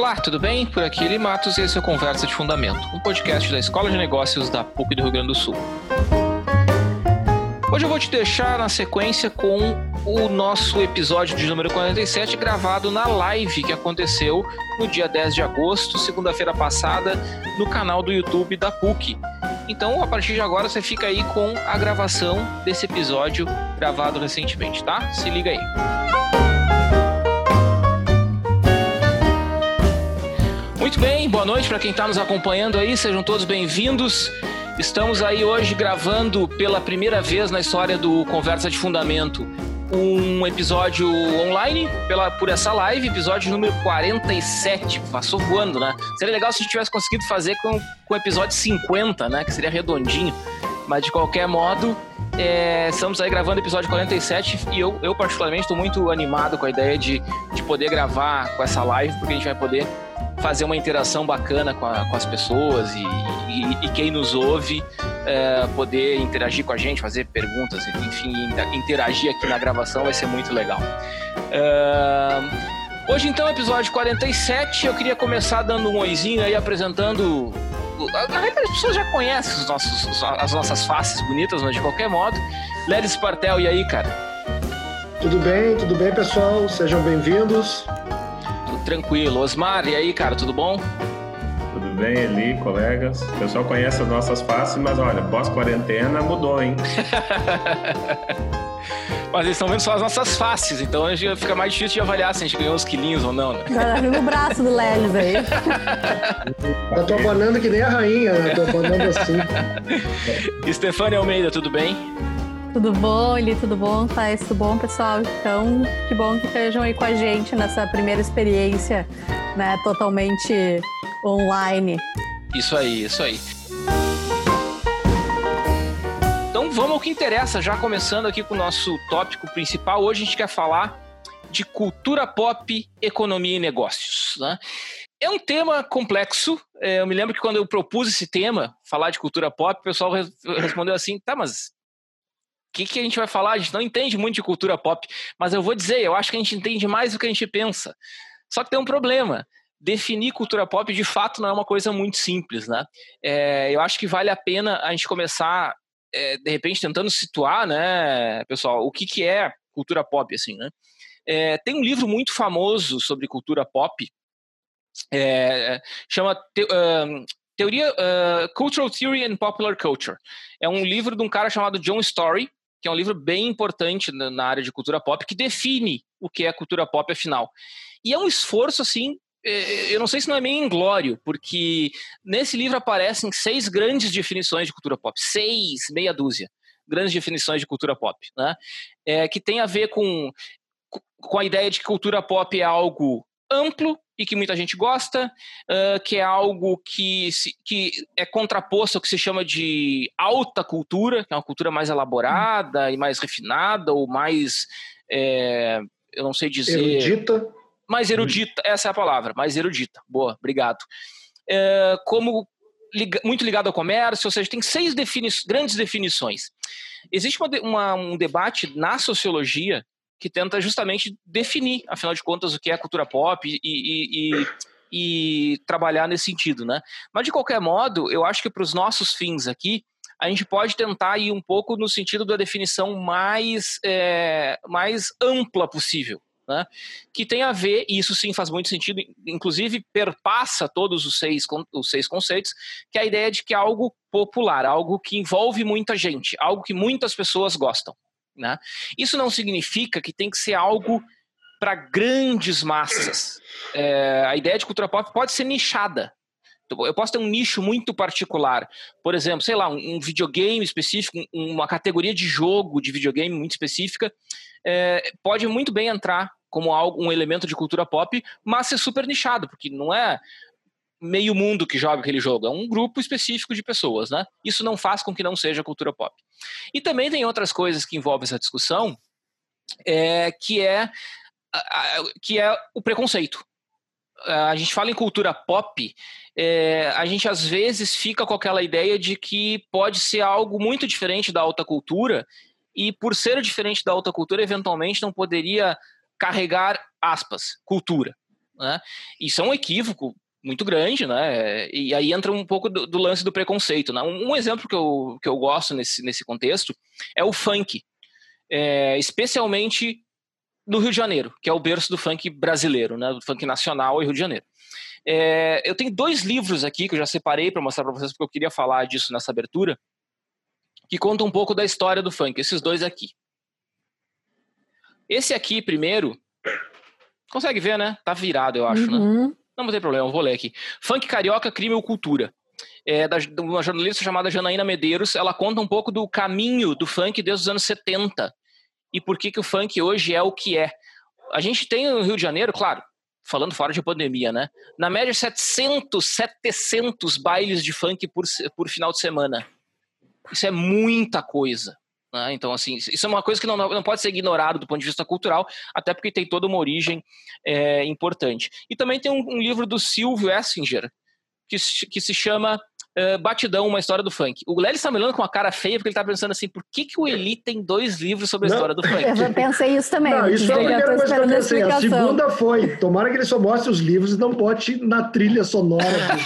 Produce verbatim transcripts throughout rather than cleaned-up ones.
Olá, tudo bem? Por aqui Eli Matos e esse é o Conversa de Fundamento, um podcast da Escola de Negócios da P U C do Rio Grande do Sul. Hoje eu vou te deixar na sequência com o nosso episódio de número quarenta e sete, gravado na live que aconteceu no dia dez de agosto, segunda-feira passada, no canal do YouTube da P U C. Então, a partir de agora, você fica aí com a gravação desse episódio gravado recentemente, tá? Se liga aí. Muito bem, boa noite para quem está nos acompanhando aí, sejam todos bem-vindos. Estamos aí hoje gravando pela primeira vez na história do Conversa de Fundamento um episódio online pela, por essa live, episódio número quarenta e sete, passou voando, né? Seria legal se a gente tivesse conseguido fazer com, com o episódio cinquenta, né? Que seria redondinho, mas de qualquer modo, é, estamos aí gravando o episódio quarenta e sete e eu, eu particularmente estou muito animado com a ideia de, de poder gravar com essa live, porque a gente vai poder fazer uma interação bacana com, a, com as pessoas e, e, e quem nos ouve é, poder interagir com a gente, fazer perguntas, enfim, interagir aqui na gravação vai ser muito legal. É, hoje então, episódio quarenta e sete, eu queria começar dando um oizinho aí, apresentando... Na realidade as pessoas já conhecem os nossos, as nossas faces bonitas, mas de qualquer modo. Leris Spartel, e aí, cara? Tudo bem, tudo bem, pessoal? Sejam bem-vindos. Tranquilo. Osmar, e aí, cara, tudo bom? Tudo bem, Eli, colegas. O pessoal conhece as nossas faces, mas olha, pós-quarentena mudou, hein? Mas eles estão vendo só as nossas faces, então fica mais difícil de avaliar se a gente ganhou uns quilinhos ou não, né? Já viu o braço do Lelis aí. Eu tô abanando que nem a rainha, né? Tô abanando assim. Estefânia Almeida, tudo bem? Tudo bom, Eli? Tudo bom? Thais, tudo bom, pessoal? Então, que bom que estejam aí com a gente nessa primeira experiência, né, totalmente online. Isso aí, isso aí. Então, vamos ao que interessa, já começando aqui com o nosso tópico principal. Hoje a gente quer falar de cultura pop, economia e negócios, né? É um tema complexo. Eu me lembro que quando eu propus esse tema, falar de cultura pop, o pessoal respondeu assim, tá, mas... O que, que a gente vai falar? A gente não entende muito de cultura pop, mas eu vou dizer, eu acho que a gente entende mais do que a gente pensa. Só que tem um problema. Definir cultura pop, de fato, não é uma coisa muito simples, né? É, eu acho que vale a pena a gente começar, é, de repente, tentando situar, né, pessoal, o que, que é cultura pop, assim, né? É, tem um livro muito famoso sobre cultura pop, é, chama... Te, uh, Teoria, uh, Cultural Theory and Popular Culture. É um livro de um cara chamado John Story, que é um livro bem importante na, na área de cultura pop, que define o que é cultura pop, afinal. E é um esforço, assim, eu não sei se não é meio inglório, porque nesse livro aparecem seis grandes definições de cultura pop. Seis, meia dúzia, grandes definições de cultura pop, né? É, que tem a ver com, com a ideia de que cultura pop é algo amplo e que muita gente gosta, uh, que é algo que, se, que é contraposto ao que se chama de alta cultura, que é uma cultura mais elaborada e mais refinada, ou mais, é, eu não sei dizer... Erudita. Mais erudita, essa é a palavra, mais erudita. Boa, obrigado. É, como liga, muito ligado ao comércio, ou seja, tem seis defini- grandes definições. Existe uma, uma, um debate na sociologia que tenta justamente definir, afinal de contas, o que é cultura pop e, e, e, e trabalhar nesse sentido, né? Mas, de qualquer modo, eu acho que para os nossos fins aqui, a gente pode tentar ir um pouco no sentido da definição mais, é, mais ampla possível, né? Que tem a ver, e isso sim faz muito sentido, inclusive perpassa todos os seis, os seis conceitos, que é a ideia de que é algo popular, algo que envolve muita gente, algo que muitas pessoas gostam. Né? Isso não significa que tem que ser algo para grandes massas. É, a ideia de cultura pop pode ser nichada. Eu posso ter um nicho muito particular. Por exemplo, sei lá, um, um videogame específico, uma categoria de jogo de videogame muito específica, é, pode muito bem entrar como algo, um elemento de cultura pop, mas ser super nichado, porque não é meio mundo que joga aquele jogo, é um grupo específico de pessoas, né? Isso não faz com que não seja cultura pop. E também tem outras coisas que envolvem essa discussão, é, que, é, a, que é o preconceito. A gente fala em cultura pop, é, a gente às vezes fica com aquela ideia de que pode ser algo muito diferente da alta cultura, e por ser diferente da alta cultura, eventualmente não poderia carregar, aspas, cultura. né? Isso é um equívoco muito grande, né? E aí entra um pouco do, do lance do preconceito, né? Um, um exemplo que eu, que eu gosto nesse, nesse contexto é o funk, é, especialmente no Rio de Janeiro, que é o berço do funk brasileiro, né? Do funk nacional e Rio de Janeiro. É, eu tenho dois livros aqui que eu já separei para mostrar para vocês, porque eu queria falar disso nessa abertura, que contam um pouco da história do funk. Esses dois aqui. Esse aqui, primeiro, consegue ver, né? Tá virado, eu acho, Uhum. né? Não, não tem problema, eu vou ler aqui. Funk Carioca, Crime ou Cultura. É, da, de uma jornalista chamada Janaína Medeiros. Ela conta um pouco do caminho do funk desde os anos setenta e por que que o funk hoje é o que é. A gente tem no Rio de Janeiro, claro, falando fora de pandemia, né? Na média, setecentos, setecentos bailes de funk por, por final de semana. Isso é muita coisa. Né? Então, assim, isso é uma coisa que não, não pode ser ignorado do ponto de vista cultural, até porque tem toda uma origem é, importante. E também tem um, um livro do Silvio Essinger, que, que se chama uh, Batidão, uma história do funk. O Lélis está me olhando com uma cara feia, porque ele está pensando assim, por que, que o Eli tem dois livros sobre a Não. história do funk? Eu já pensei isso também. Não, isso foi a primeira coisa que eu pensei. A segunda foi, tomara que ele só mostre os livros e não bote na trilha sonora.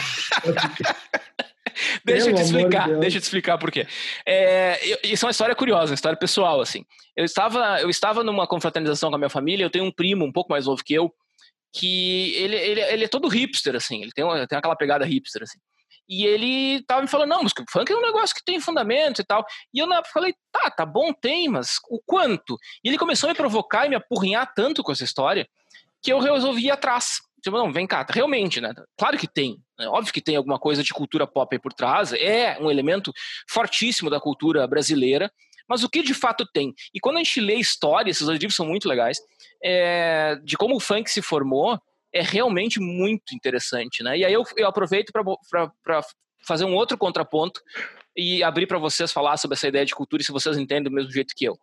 Deixa eu te Pelo explicar, amor de deixa eu te explicar por quê. É, eu, isso é uma história curiosa, uma história pessoal, assim. Eu estava, eu estava numa confraternização com a minha família, eu tenho um primo um pouco mais novo que eu, que ele, ele, ele é todo hipster, assim, ele tem, uma, tem aquela pegada hipster, assim. E ele tava me falando, não, mas o funk é um negócio que tem fundamento e tal. E eu na época falei, tá, tá bom, tem, mas o quanto? E ele começou a me provocar e me apurrinhar tanto com essa história, que eu resolvi ir atrás. Tipo, não, vem cá, realmente, né? Claro que tem, né? Óbvio que tem alguma coisa de cultura pop aí por trás, é um elemento fortíssimo da cultura brasileira, mas o que de fato tem? E quando a gente lê história, esses dois livros são muito legais, é, de como o funk se formou, é realmente muito interessante, né? E aí eu, eu aproveito para fazer um outro contraponto e abrir para vocês falar sobre essa ideia de cultura e se vocês entendem do mesmo jeito que eu.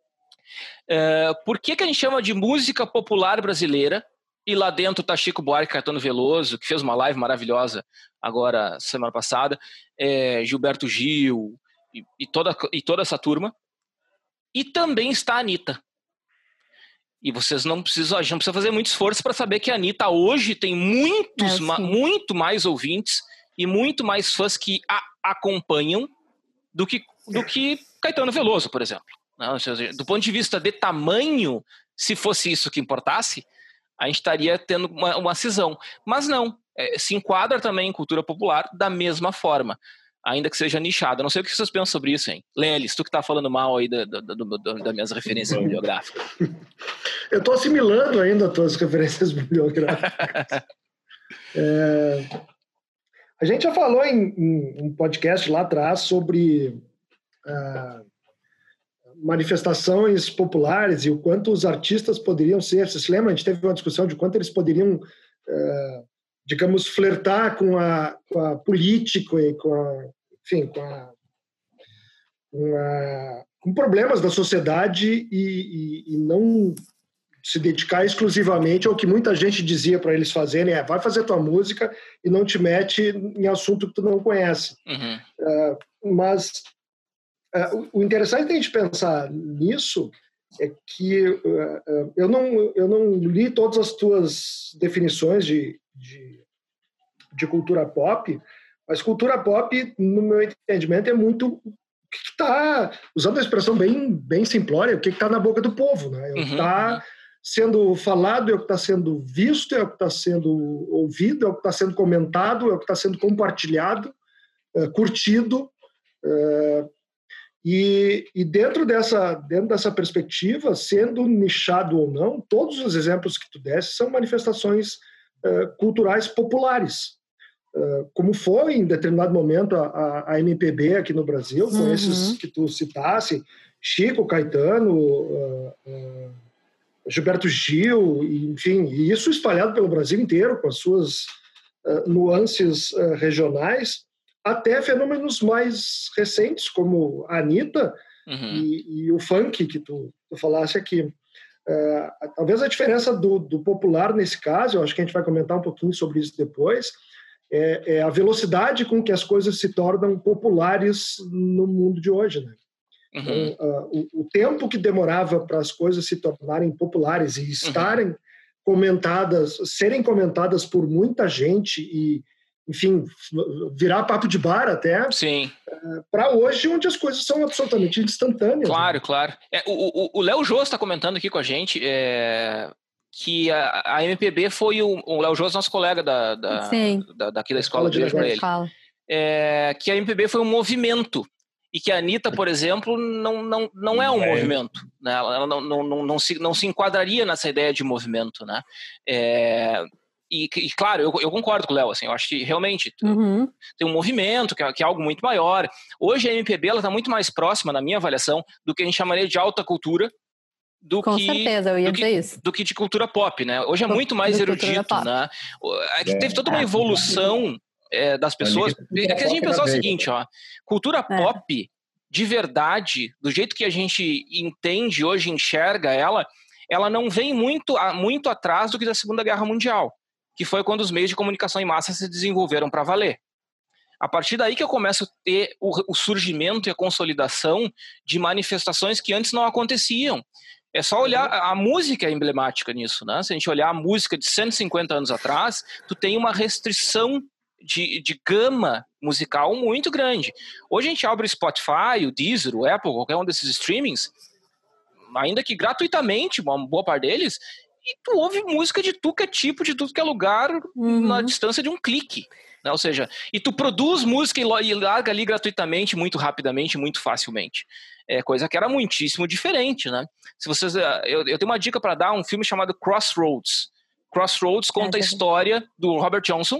É, por que que a gente chama de música popular brasileira? E lá dentro tá Chico Buarque, Caetano Veloso, que fez uma live maravilhosa agora, semana passada, é, Gilberto Gil e, e, toda, e toda essa turma. E também está a Anitta. E vocês não precisam, a gente não precisa fazer muito esforço para saber que a Anitta hoje tem muitos, é, ma, muito mais ouvintes e muito mais fãs que a acompanham do que, do que Caetano Veloso, por exemplo. Não, do ponto de vista de tamanho, se fosse isso que importasse, a gente estaria tendo uma, uma cisão. Mas não, é, se enquadra também em cultura popular da mesma forma, ainda que seja nichada. Não sei o que vocês pensam sobre isso, hein? Lelis, tu que tá falando mal aí da, da, da, da, das minhas referências bibliográficas. Eu estou assimilando ainda as tuas referências bibliográficas. é, a gente já falou em, em um podcast lá atrás sobre uh, manifestações populares e o quanto os artistas poderiam ser. Você se lembra? A gente teve uma discussão de quanto eles poderiam, uh, digamos, flertar com a, com a política e com a, enfim, com, a, com, a, com problemas da sociedade e, e, e não se dedicar exclusivamente ao que muita gente dizia para eles fazerem, é, vai fazer tua música e não te mete em assunto que tu não conhece. Uhum. Uh, mas uh, o interessante de a gente pensar nisso é que uh, uh, eu, não, eu não li todas as tuas definições de, de, de cultura pop, mas cultura pop, no meu entendimento, é muito o que está, usando a expressão bem, bem simplória, o que está na boca do povo, né? O que está uhum. sendo falado, é o que está sendo visto, é o que está sendo ouvido, é o que está sendo comentado, é o que está sendo compartilhado, é, curtido. É, e, e dentro, dessa, dentro dessa perspectiva, sendo nichado ou não, todos os exemplos que tu desse são manifestações é, culturais populares. É, como foi, em determinado momento, a, a M P B aqui no Brasil, com uhum. esses que tu citasse, Chico, Caetano, uh, uh, Gilberto Gil, enfim, e isso espalhado pelo Brasil inteiro, com as suas uh, nuances uh, regionais, até fenômenos mais recentes, como a Anitta uhum. e, e o funk que tu, tu falasse aqui. Uh, talvez a diferença do, do popular nesse caso, eu acho que a gente vai comentar um pouquinho sobre isso depois, é, é a velocidade com que as coisas se tornam populares no mundo de hoje, né? Uhum. Então, uh, o, o tempo que demorava para as coisas se tornarem populares e estarem uhum. comentadas, serem comentadas por muita gente e, enfim, virar papo de bar até. Sim. Para hoje, onde as coisas são absolutamente instantâneas. Claro, né? claro. É, o Léo Jô está comentando aqui com a gente é, que a, a M P B foi o, o Léo Jô, nosso colega da, da, da, daqui da escola, de beijo para ele. É, que a M P B foi um movimento e que a Anitta, por exemplo, não, não, não é um é. movimento, né? Ela não, não, não, não, se, não se enquadraria nessa ideia de movimento, né? É, e, e claro, eu, eu concordo com o Léo, assim, eu acho que realmente uhum. tem um movimento que é, que é algo muito maior. Hoje a M P B está muito mais próxima, na minha avaliação, do que a gente chamaria de alta cultura, do Com que, certeza, eu ia do dizer que, isso. Do que de cultura pop, né? Hoje é muito mais do erudito, né? É que teve toda uma evolução é, das pessoas. É que a gente pensar o seguinte, ó, cultura é. pop, de verdade, do jeito que a gente entende hoje, enxerga ela, ela não vem muito, muito atrás do que da Segunda Guerra Mundial, que foi quando os meios de comunicação em massa se desenvolveram para valer. A partir daí que eu começo a ter o, o surgimento e a consolidação de manifestações que antes não aconteciam. É só olhar, a música é emblemática nisso, né? Se a gente olhar a música de cento e cinquenta anos atrás, tu tem uma restrição de, de gama musical muito grande. Hoje a gente abre o Spotify, o Deezer, o Apple, qualquer um desses streamings, ainda que gratuitamente, uma boa parte deles, e tu ouve música de tudo que é tipo, de tudo que é lugar, uhum. na distância de um clique. Né? Ou seja, e tu produz música e larga ali gratuitamente, muito rapidamente, muito facilmente. É coisa que era muitíssimo diferente, né? Se vocês, eu, eu tenho uma dica para dar, um filme chamado Crossroads. Crossroads conta é, a história do Robert Johnson.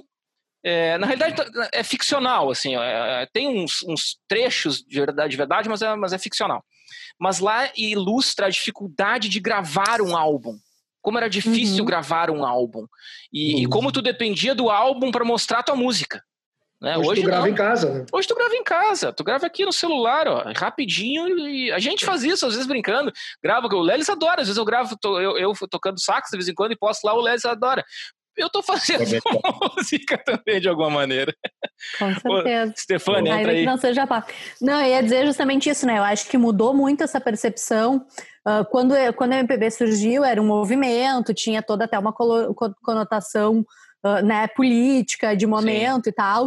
É, na realidade é ficcional, assim, é, tem uns, uns trechos de verdade, de verdade mas, é, mas é ficcional. Mas lá ilustra a dificuldade de gravar um álbum. Como era difícil uhum. gravar um álbum. E, uhum. e como tu dependia do álbum para mostrar a tua música. Né? Hoje, Hoje tu grava não. em casa, né? Hoje tu grava em casa. Tu grava aqui no celular, ó, rapidinho. E a gente faz isso, às vezes brincando. Grava, o Lelis adora. Às vezes eu gravo, tô, eu, eu tocando sax de vez em quando e posto lá, o Lelis adora. Eu tô fazendo música também, de alguma maneira. Com certeza. Stefania, entra aí. Que não, seja não, eu ia dizer justamente isso, né? Eu acho que mudou muito essa percepção. Uh, quando, quando a M P B surgiu, era um movimento, tinha toda até uma conotação uh, né, política, de momento Sim. e tal.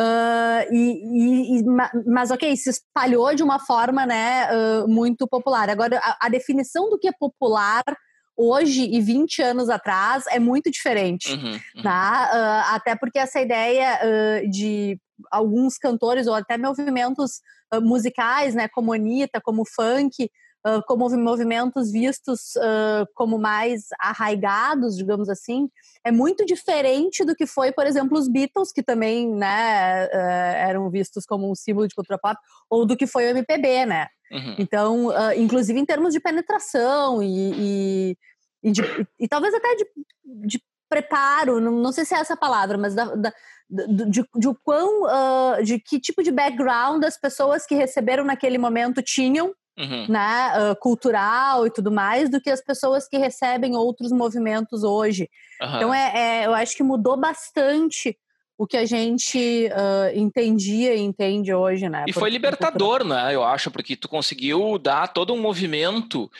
Uh, e, e, mas, ok, se espalhou de uma forma né, uh, muito popular. Agora, a, a definição do que é popular hoje e vinte anos atrás é muito diferente, uhum, uhum. Tá? Uh, até porque essa ideia uh, de alguns cantores ou até movimentos uh, musicais, né, como Anitta, como funk, uh, como movimentos vistos uh, como mais arraigados, digamos assim, é muito diferente do que foi, por exemplo, os Beatles, que também né, uh, eram vistos como um símbolo de cultura pop, ou do que foi o M P B, né? Uhum. Então, uh, inclusive em termos de penetração e, e, e, de, e, e talvez até de, de preparo, não, não sei se é essa a palavra, mas da, da, de, de, de, quão, uh, de que tipo de background as pessoas que receberam naquele momento tinham, uhum. né, uh, cultural e tudo mais, do que as pessoas que recebem outros movimentos hoje. Uhum. Então, é, é, eu acho que mudou bastante o que a gente uh, entendia e entende hoje, né? E foi libertador, né? Eu acho, porque tu conseguiu dar todo um movimento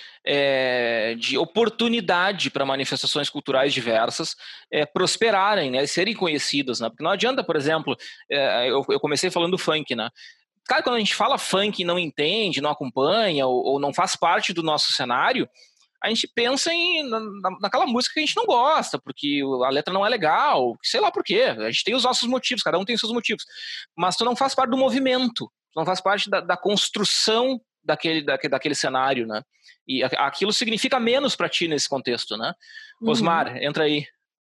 é, de oportunidade para manifestações culturais diversas é, prosperarem, né? E serem conhecidas, né? Porque não adianta, por exemplo, é, eu, eu comecei falando do funk, né? Cara, quando a gente fala funk e não entende, não acompanha ou, ou não faz parte do nosso cenário, a gente pensa em, na, naquela música que a gente não gosta, porque a letra não é legal, sei lá por quê. A gente tem os nossos motivos, cada um tem os seus motivos. Mas tu não faz parte do movimento, tu não faz parte da, da construção daquele, daquele, daquele cenário, né? E aquilo significa menos para ti nesse contexto, né? Uhum. Osmar, entra aí.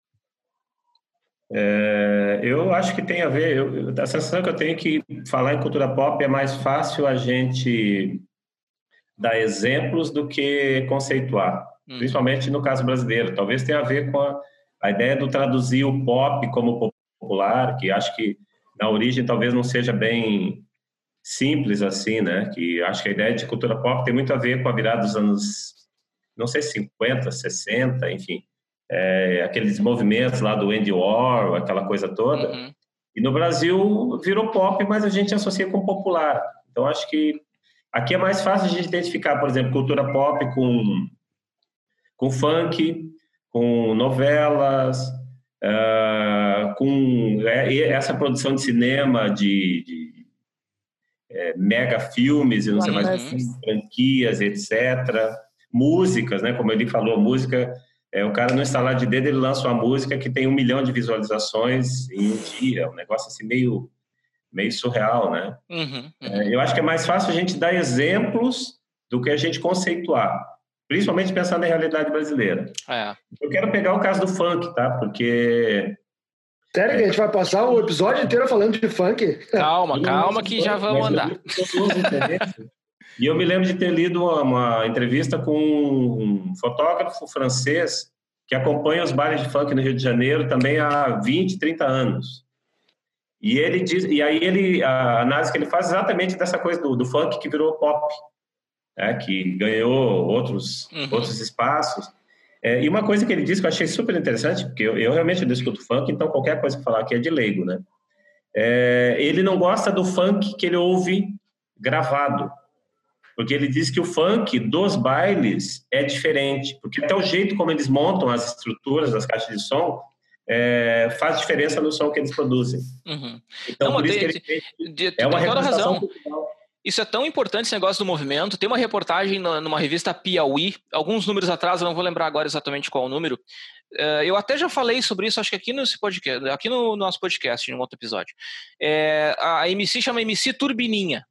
É, eu acho que tem a ver, eu, a sensação que eu tenho é que falar em cultura pop é mais fácil a gente dar exemplos do que conceituar, hum. principalmente no caso brasileiro. Talvez tenha a ver com a, a ideia do traduzir o pop como popular, que acho que na origem talvez não seja bem simples assim, né? Que acho que a ideia de cultura pop tem muito a ver com a virada dos anos, não sei, cinquenta, sessenta, enfim, é, aqueles movimentos lá do Andy Warhol, aquela coisa toda. Uhum. E no Brasil virou pop, mas a gente associa com popular. Então acho que aqui é mais fácil de identificar, por exemplo, cultura pop com, com funk, com novelas, uh, com essa produção de cinema, de, de é, mega filmes e não sei mais, franquias, etcétera. Músicas, né? Como ele falou, música, é, o cara não está lá de dedo, ele lança uma música que tem um milhão de visualizações em um dia, um negócio assim meio, meio surreal, né? Uhum, uhum. É, eu acho que é mais fácil a gente dar exemplos do que a gente conceituar, principalmente pensando na realidade brasileira. É. Eu quero pegar o caso do funk, tá? Porque... Sério que a gente vai passar o episódio inteiro falando de funk? Calma, calma que já vamos andar. E eu me lembro de ter lido uma, uma entrevista com um fotógrafo francês que acompanha os bailes de funk no Rio de Janeiro também há vinte, trinta anos. E ele diz, e aí ele, a análise que ele faz é exatamente dessa coisa do, do funk que virou pop, né, que ganhou outros, uhum. outros espaços. É, e uma coisa que ele disse que eu achei super interessante, porque eu, eu realmente não escuto funk, então qualquer coisa que falar aqui é de leigo, né? É, ele não gosta do funk que ele ouve gravado, porque ele diz que o funk dos bailes é diferente, porque até o jeito como eles montam as estruturas das caixas de som é, faz diferença no som que eles produzem. Uhum. Então, não, por isso tem, que ele fez, de, é uma tem toda representação razão. cultural. Isso é tão importante, esse negócio do movimento. Tem uma reportagem numa revista Piauí, alguns números atrás, eu não vou lembrar agora exatamente qual o número. Eu até já falei sobre isso, acho que aqui, nesse podcast, aqui no nosso podcast, em um outro episódio. É, a M C chama M C Turbininha.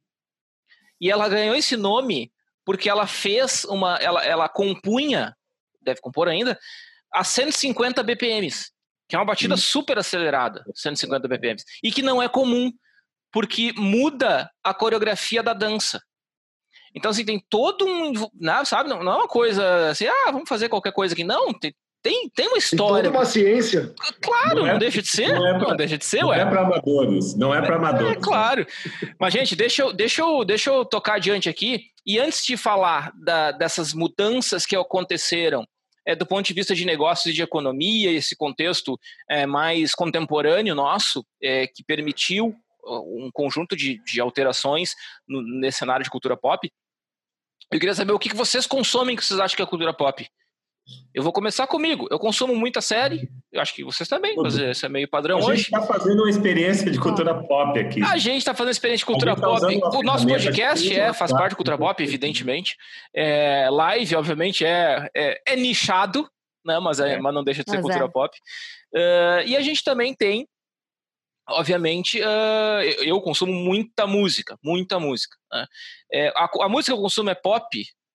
E ela ganhou esse nome porque ela fez uma... Ela, ela compunha, deve compor ainda, a cento e cinquenta B P Ms, que é uma batida Sim. super acelerada, cento e cinquenta B P Ms, e que não é comum, porque muda a coreografia da dança. Então, assim, tem todo um... Não, sabe, não, não é uma coisa assim, ah, vamos fazer qualquer coisa aqui. Não, tem, tem, tem uma história. Tem toda uma ciência. Claro, não, não, não é, deixa de ser. Não, é pra, não deixa de ser, não ué. Não é para amadores, não é para amadores. É, claro. Mas, gente, deixa eu, deixa, eu, deixa eu tocar adiante aqui. E antes de falar da, dessas mudanças que aconteceram é, do ponto de vista de negócios e de economia, esse contexto é, mais contemporâneo nosso, é, que permitiu um conjunto de, de alterações no, nesse cenário de cultura pop, eu queria saber o que, que vocês consomem que vocês acham que é cultura pop. Eu vou começar comigo. Eu consumo muita série, eu acho que vocês também, mas isso é meio padrão hoje. A gente está fazendo uma experiência de cultura pop aqui. A gente está fazendo uma experiência de cultura tá pop. O nosso podcast é, faz parte de cultura pop, evidentemente. É, live, obviamente, é, é, é nichado, né? mas, é, é. mas não deixa de ser mas cultura é. pop. Uh, e a gente também tem, obviamente, uh, eu consumo muita música, muita música. Né? É, a, a música que eu consumo é pop?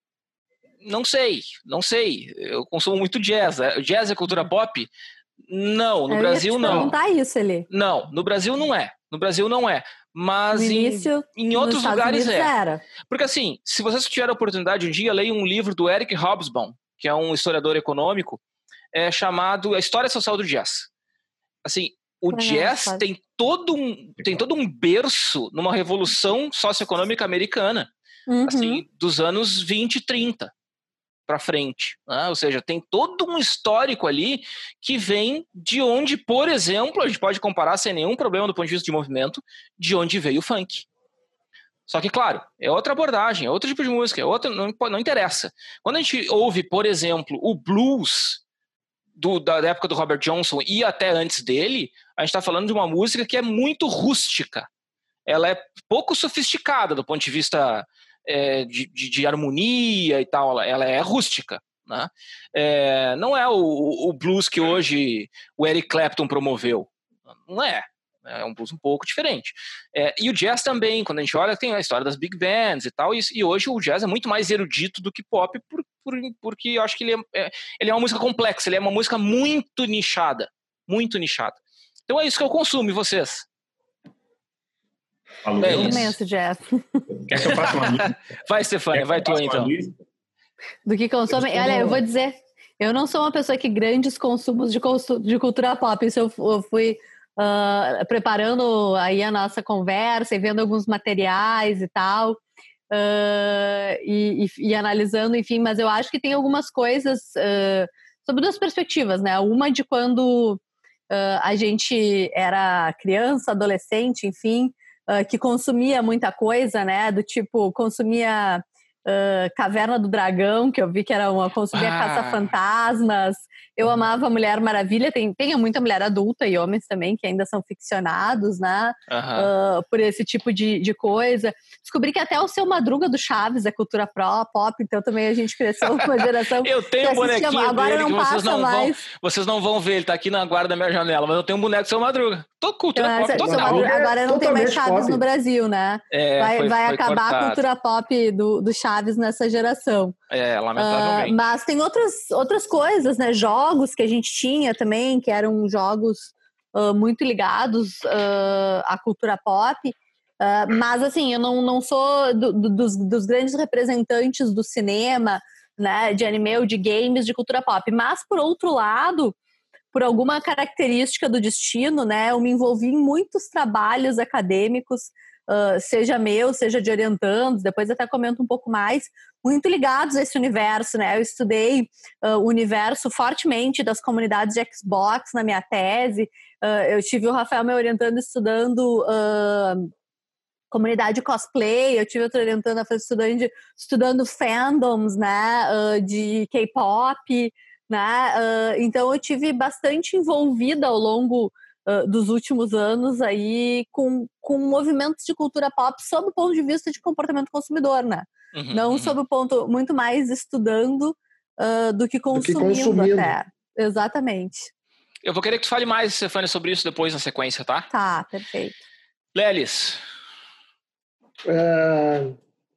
Não sei, não sei. Eu consumo muito jazz. Jazz é cultura pop? Não, no eu Brasil ia te não. Perguntar isso ali. Não, no Brasil não é. No Brasil não é. Mas no início, em, em outros lugares é. Era. Porque assim, se vocês tiverem a oportunidade um dia, leia um livro do Eric Hobsbawm, que é um historiador econômico, é chamado A História Social do Jazz. Assim, o é, jazz pode. tem todo, um, tem todo um berço numa revolução socioeconômica americana, uhum. assim, dos anos vinte e trinta para frente, né? Ou seja, tem todo um histórico ali que vem de onde, por exemplo, a gente pode comparar sem nenhum problema do ponto de vista de movimento, de onde veio o funk. Só que, claro, é outra abordagem, é outro tipo de música, é outra, não, não interessa. Quando a gente ouve, por exemplo, o blues do, da época do Robert Johnson e até antes dele, a gente está falando de uma música que é muito rústica. Ela é pouco sofisticada do ponto de vista é, de, de, de harmonia e tal, ela, ela é rústica. Né? É, não é o, o blues que hoje o Eric Clapton promoveu. Não é. É um blues um pouco diferente. É, e o jazz também, quando a gente olha, tem a história das big bands e tal, e, e hoje o jazz é muito mais erudito do que pop, por, por, porque eu acho que ele é, é, ele é uma música complexa, ele é uma música muito nichada, muito nichada. Então é isso que eu consumo, e vocês? Falou é imenso jazz. Quer que eu faça uma lista? Vai, Stefania, vai tu então. Do que consome? Eu Olha, eu vou dizer, eu não sou uma pessoa que grandes consumos de, de cultura pop, isso eu, eu fui... Uh, preparando aí a nossa conversa e vendo alguns materiais e tal, uh, e, e, e analisando, enfim, mas eu acho que tem algumas coisas uh, sobre duas perspectivas, né? Uma de quando uh, a gente era criança, adolescente, enfim, uh, que consumia muita coisa, né? Do tipo, consumia uh, Caverna do Dragão, que eu vi que era uma consumia ah. Caça-Fantasmas. Eu amava Mulher Maravilha. Tem, tem muita mulher adulta e homens também que ainda são ficcionados, né? Uh-huh. Uh, por esse tipo de, de coisa. Descobri que até o Seu Madruga do Chaves é cultura pro, pop, então também a gente cresceu uma geração. Eu tenho um bonequinho agora dele não que vocês não, mais. vão, vocês não vão ver, ele tá aqui na guarda da minha janela, mas eu tenho um boneco do Seu Madruga. Tô cultura então, pop total. Madruga, agora não tem mais Chaves pop. no Brasil, né? É, vai foi, vai foi acabar cortado. a cultura pop do, do Chaves nessa geração. É, lamentavelmente. Uh, mas tem outras, outras coisas, né? Jogos que a gente tinha também, que eram jogos uh, muito ligados uh, à cultura pop. Uh, mas, assim, eu não, não sou do, do, dos, dos grandes representantes do cinema, né? De anime ou de games, de cultura pop. Mas, por outro lado, por alguma característica do destino, né? Eu me envolvi em muitos trabalhos acadêmicos, Uh, seja meu, seja de orientandos, depois até comento um pouco mais, muito ligados a esse universo, né? Eu estudei uh, o universo fortemente das comunidades de Xbox na minha tese, uh, eu tive o Rafael me orientando estudando uh, comunidade cosplay, eu tive outro orientando estudando, estudando fandoms, né? Uh, de K-pop, né? Uh, então eu tive bastante envolvida ao longo Uh, dos últimos anos aí com, com movimentos de cultura pop sob o ponto de vista de comportamento consumidor, né? Uhum, Não uhum. sob o ponto, muito mais estudando uh, do que consumindo, do que consumindo até. Exatamente. Eu vou querer que tu fale mais, Stefania, sobre isso depois na sequência, tá? Tá, perfeito. Lelis. É...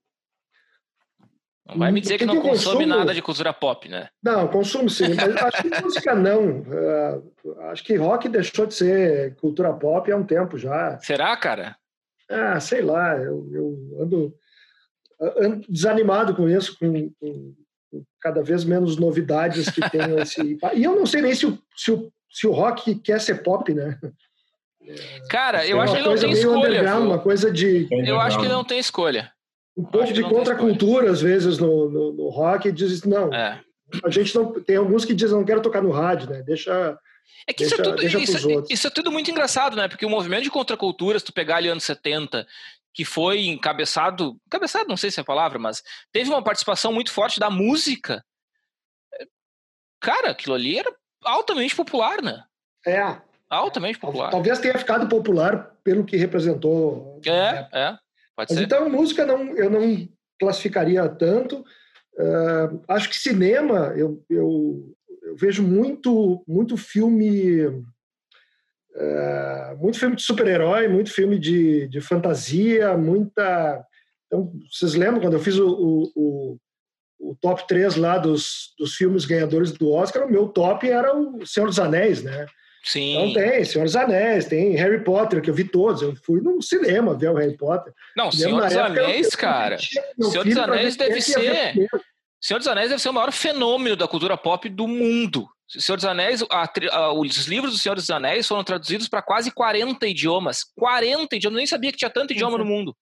Não vai me dizer que, que não que consome consumo? Nada de cultura pop, né? Não, consumo sim, mas acho que música não. Uh, acho que rock deixou de ser cultura pop há um tempo já. Será, cara? Ah, sei lá, eu, eu ando, ando desanimado com isso, com, com, com cada vez menos novidades que tem esse... E eu não sei nem se o, se o, se o rock quer ser pop, né? Cara, eu é acho que ele não tem escolha. Uma coisa de... Eu acho que ele não tem escolha. Um pouco de contracultura, às vezes, no, no, no rock, e diz, não, é. a gente não... Tem alguns que dizem, não quero tocar no rádio, né? Deixa... É que deixa, isso, é tudo, isso, isso é tudo muito engraçado, né? Porque o movimento de contracultura, se tu pegar ali anos setenta, que foi encabeçado... Encabeçado, não sei se é a palavra, mas teve uma participação muito forte da música. Cara, aquilo ali era altamente popular, né? É. Altamente popular. Talvez tenha ficado popular pelo que representou. É, né? é. Mas então, música não, eu não classificaria tanto. Uh, acho que cinema, eu, eu, eu vejo muito, muito filme, uh, muito filme de super-herói, muito filme de, de fantasia, muita... Então, vocês lembram quando eu fiz o, o, o, o top três lá dos, dos filmes ganhadores do Oscar, o meu top era o Senhor dos Anéis, né? Sim. Então tem Senhor dos Anéis, tem Harry Potter, que eu vi todos. Eu fui no cinema ver o Harry Potter. Não, Senhor dos Anéis, cara. Senhor dos Anéis deve ser... Senhor dos Anéis deve ser o maior fenômeno da cultura pop do mundo. Senhor dos Anéis, a, a, os livros do Senhor dos Anéis foram traduzidos para quase quarenta idiomas. quarenta idiomas, eu nem sabia que tinha tanto idioma no mundo.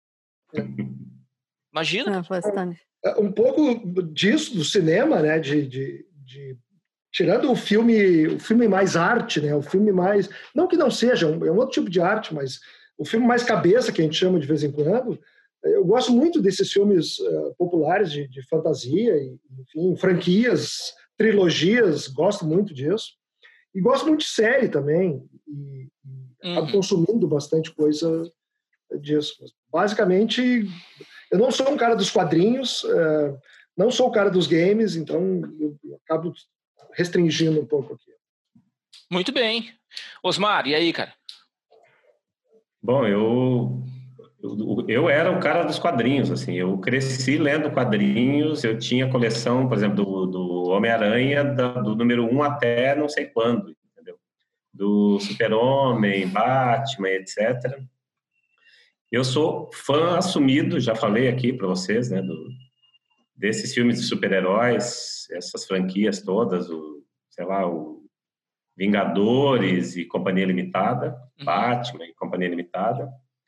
Imagina. Um, um pouco disso, do cinema, né, de... de, de... Tirando o filme, o filme mais arte, né? O filme mais... Não que não seja, um, é um outro tipo de arte, mas o filme mais cabeça, que a gente chama de vez em quando. Eu gosto muito desses filmes uh, populares de, de fantasia, e, enfim, franquias, trilogias, gosto muito disso. E gosto muito de série também, e, e uhum. acabo consumindo bastante coisa disso. Basicamente, eu não sou um cara dos quadrinhos, uh, não sou o cara dos games, então eu, eu acabo... restringindo um pouco aqui. Muito bem. Osmar, e aí, cara? Bom, eu, eu eu era o cara dos quadrinhos, assim, eu cresci lendo quadrinhos, eu tinha coleção, por exemplo, do, do Homem-Aranha, do número um até não sei quando, entendeu? Do Super-Homem, Batman, etcétera. Eu sou fã assumido, já falei aqui para vocês, né, do desses filmes de super-heróis, essas franquias todas, o, sei lá, o Vingadores e Companhia Limitada, uhum. Batman e Companhia Limitada.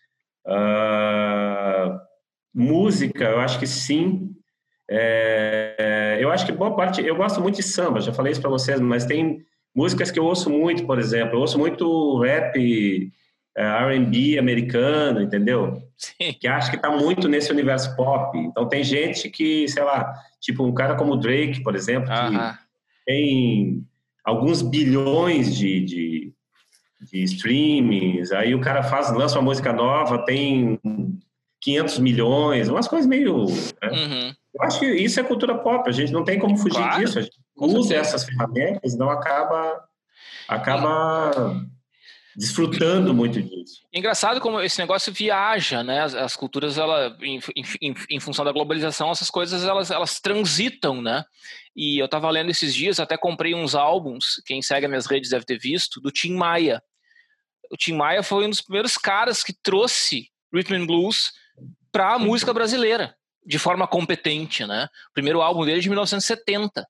Uh, música, eu acho que sim. É, eu acho que boa parte... Eu gosto muito de samba, já falei isso para vocês, mas tem músicas que eu ouço muito, por exemplo. Eu ouço muito rap é, R and B americano, entendeu? Sim. Que acha que está muito nesse universo pop. Então tem gente que, sei lá, tipo um cara como o Drake, por exemplo, que Uh-huh. tem alguns bilhões de, de, de streamings, aí o cara faz, lança uma música nova, tem quinhentos milhões, umas coisas meio... Né? Uhum. Eu acho que isso é cultura pop, a gente não tem como fugir Claro, disso, a gente com usa certeza. essas ferramentas, então acaba, acaba desfrutando muito disso. Engraçado como esse negócio viaja, né? As, as culturas, ela, em, em, em função da globalização, essas coisas elas, elas transitam, né? E eu tava lendo esses dias, até comprei uns álbuns, quem segue as minhas redes deve ter visto, do Tim Maia. O Tim Maia foi um dos primeiros caras que trouxe Rhythm and Blues para a música brasileira, de forma competente, né? O primeiro álbum dele é de mil novecentos e setenta.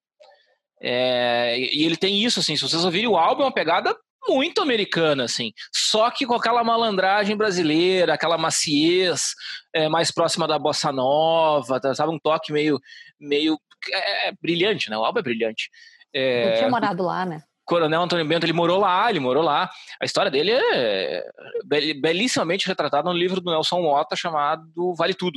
É, e ele tem isso, assim, se vocês ouvirem o álbum, é uma pegada muito americana, assim, só que com aquela malandragem brasileira, aquela maciez é, mais próxima da bossa nova, tá, sabe, um toque meio, meio é, é brilhante, né? O álbum é brilhante. É, Eu tinha morado lá, né? Coronel Antônio Bento, ele morou lá, ele morou lá. A história dele é belíssimamente retratada no livro do Nelson Motta chamado Vale Tudo.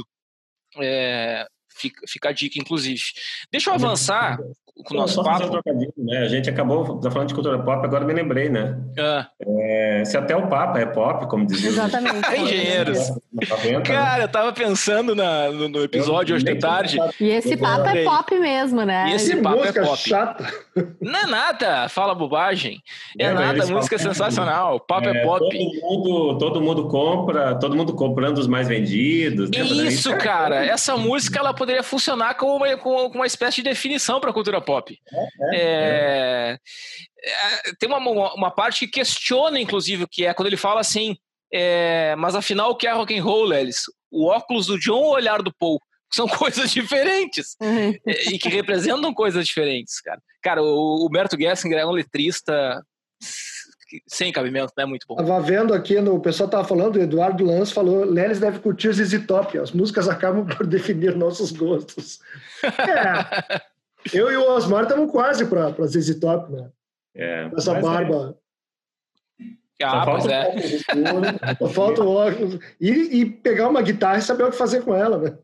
É, fica, fica a dica, inclusive. Deixa eu avançar com o nosso só papo. Fazer um trocadilho, né? A gente acabou tá falando de cultura pop, agora me lembrei, né? Ah. É, se até o Papa é pop, como dizia. Exatamente. É engenheiros. Cara, eu tava pensando na, no, no episódio eu hoje de tarde. E esse papo é pop mesmo, né? E esse que papo música é pop. chata. Não é nada, fala bobagem. É, é nada, a música é sensacional. Papo é, é pop. Todo mundo, todo mundo compra, todo mundo comprando os mais vendidos. Né? Isso, cara. Essa música ela poderia funcionar como uma, como uma espécie de definição para a cultura pop. É, é, é, é, tem uma, uma parte que questiona, inclusive, o que é quando ele fala assim, é, mas afinal o que é rock and roll, Lelis? O óculos do John ou o olhar do Paul? São coisas diferentes Uhum. e que representam coisas diferentes, cara. Cara, o Humberto Gessinger é um letrista sem cabimento, né? Muito bom. Tava vendo aqui, no, o pessoal tava falando, o Eduardo Lanz falou, Lelis deve curtir Z Z Top, as músicas acabam por definir nossos gostos. É, eu e o Osmar estamos quase para Z Z Top, né? É, essa barba... É. Ah, Só pois é. Só falta o óculos. E, e pegar uma guitarra e saber o que fazer com ela, né?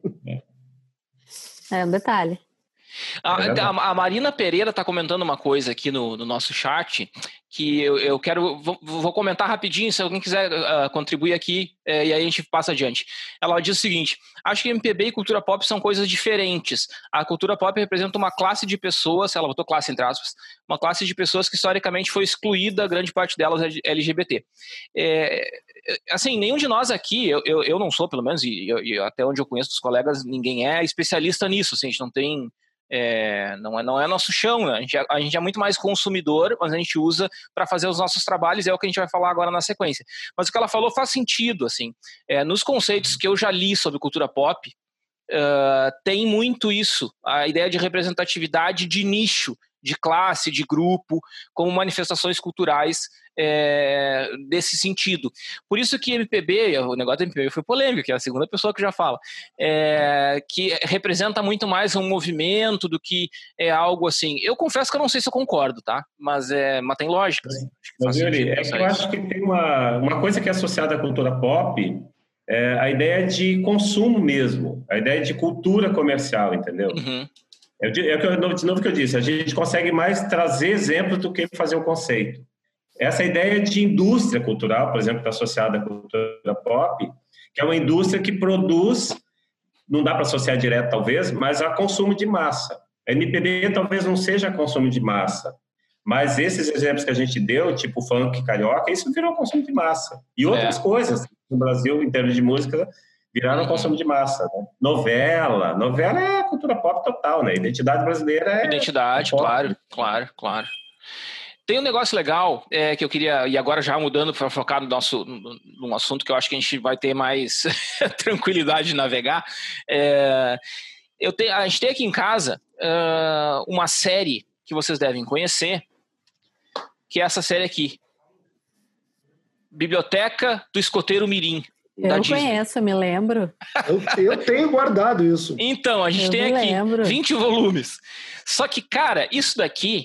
É um detalhe. A, a, a Marina Pereira está comentando uma coisa aqui no, no nosso chat que eu, eu quero, vou, vou comentar rapidinho, se alguém quiser uh, contribuir aqui, uh, e aí a gente passa adiante. Ela diz o seguinte, acho que M P B e cultura pop são coisas diferentes. A cultura pop representa uma classe de pessoas, ela botou classe entre aspas, uma classe de pessoas que historicamente foi excluída, grande parte delas é L G B T. É, assim, nenhum de nós aqui, eu, eu, eu não sou pelo menos, e, e até onde eu conheço dos colegas, ninguém é especialista nisso, assim, a gente não tem... É, não, é, não é nosso chão, né? a, gente é, a gente é muito mais consumidor, mas a gente usa para fazer os nossos trabalhos, é o que a gente vai falar agora na sequência. Mas o que ela falou faz sentido, assim, é, nos conceitos que eu já li sobre cultura pop, uh, tem muito isso, a ideia de representatividade de nicho, de classe, de grupo, como manifestações culturais é, desse sentido. Por isso que M P B, o negócio da M P B foi polêmico, que é a segunda pessoa que já fala, é, que representa muito mais um movimento do que é algo assim. Eu confesso que eu não sei se eu concordo, tá? Mas, é, mas tem lógica. Assim. Mas, Yuri, é que eu acho que tem uma, uma coisa que é associada à cultura pop, é a ideia de consumo mesmo, a ideia de cultura comercial, entendeu? Uhum. É de novo que eu disse, a gente consegue mais trazer exemplos do que fazer um conceito. Essa ideia de indústria cultural, por exemplo, que está associada à cultura pop, que é uma indústria que produz, não dá para associar direto talvez, mas a consumo de massa. A M P B talvez não seja consumo de massa, mas esses exemplos que a gente deu, tipo funk, carioca, isso virou consumo de massa. E outras é. coisas no Brasil, em termos de música, viraram uhum. consumo de massa, né? Novela, novela é cultura pop total, né? Identidade brasileira é... Identidade, é claro, claro, claro. Tem um negócio legal é, que eu queria, e agora já mudando para focar no nosso, num assunto que eu acho que a gente vai ter mais tranquilidade de navegar. É, eu te, a gente tem aqui em casa uh, uma série que vocês devem conhecer, que é essa série aqui. Biblioteca do Escoteiro Mirim. Eu não conheço, eu me lembro. Eu, eu tenho guardado isso. Então, a gente eu tem aqui lembro. vinte volumes. Só que, cara, isso daqui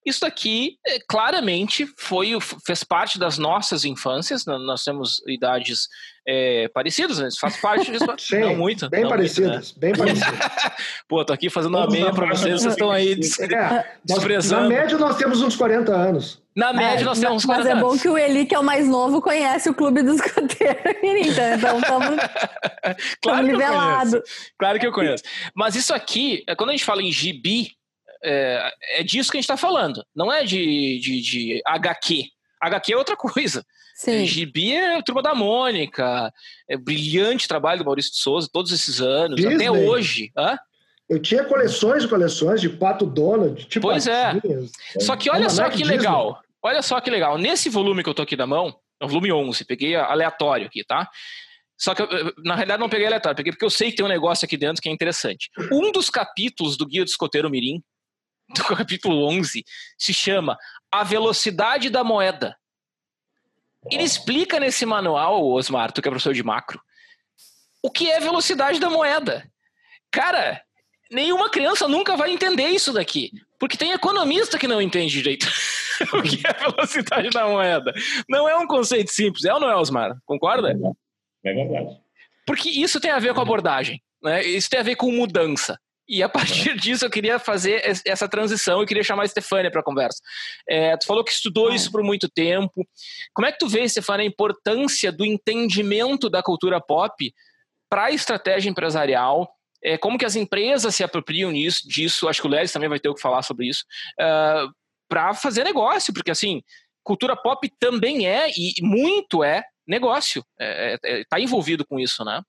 Isso daqui, é, claramente, foi, fez parte das nossas infâncias. Nós temos idades é, parecidas, né? Faz parte disso. Sim, não muito. Bem não parecidas, muito, né? bem parecidas. Pô, tô aqui fazendo uma meia pra vocês, vocês estão aí desprezando. É, nós, na média, nós temos uns quarenta anos. Na média, é, nós temos uns mas quarenta anos. Mas é bom que o Eli, que é o mais novo, conhece o Clube dos Escoteiros, então estamos claro nivelados. Claro que eu conheço. Mas isso aqui, quando a gente fala em gibi, é, é disso que a gente está falando. Não é de, de, de H Q. H Q é outra coisa. Sim. Gibi é a Turma da Mônica, é brilhante trabalho do Maurício de Souza todos esses anos, Disney. Até hoje. Hã? Eu tinha coleções e coleções de Pato Donald, tipo Pois patinhas. é. Só que olha só que Disney. legal. Olha só que legal. Nesse volume que eu tô aqui na mão, é o volume onze, peguei aleatório aqui, tá? Só que, eu, na realidade, não peguei aleatório, peguei porque eu sei que tem um negócio aqui dentro que é interessante. Um dos capítulos do Guia do Escoteiro Mirim, do capítulo onze, se chama A Velocidade da Moeda. Ele explica nesse manual, Osmar, tu que é professor de macro, o que é velocidade da moeda. Cara, nenhuma criança nunca vai entender isso daqui, porque tem economista que não entende direito o que é velocidade da moeda. Não é um conceito simples, é ou não é, Osmar? Concorda? É verdade. Porque isso tem a ver com abordagem, né? Isso tem a ver com mudança. E a partir disso eu queria fazer essa transição, eu queria chamar a Stefânia para a conversa. É, tu falou que estudou isso por muito tempo. Como é que tu vê, Stefânia, a importância do entendimento da cultura pop para a estratégia empresarial? É, como que as empresas se apropriam nisso, disso? Acho que o Leris também vai ter o que falar sobre isso. Uh, para fazer negócio, porque assim, cultura pop também é, e muito é, negócio. É, é, tá envolvido com isso, né?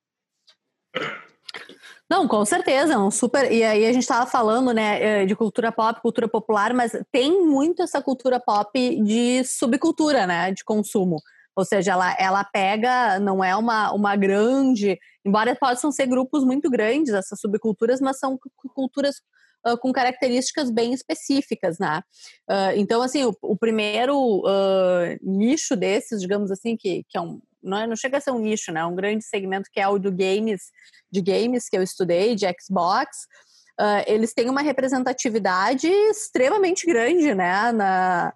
Não, com certeza, um super. E aí a gente estava falando, né, de cultura pop, cultura popular, mas tem muito essa cultura pop de subcultura, né, de consumo. Ou seja, ela, ela pega, não é uma, uma grande, embora possam ser grupos muito grandes, essas subculturas, mas são culturas uh, com características bem específicas, né? Uh, então, assim, o, o primeiro uh, nicho desses, digamos assim, que, que é um Não, é, não chega a ser um nicho, né? Um grande segmento que é o do games, de games que eu estudei, de Xbox. Uh, eles têm uma representatividade extremamente grande, né? Na,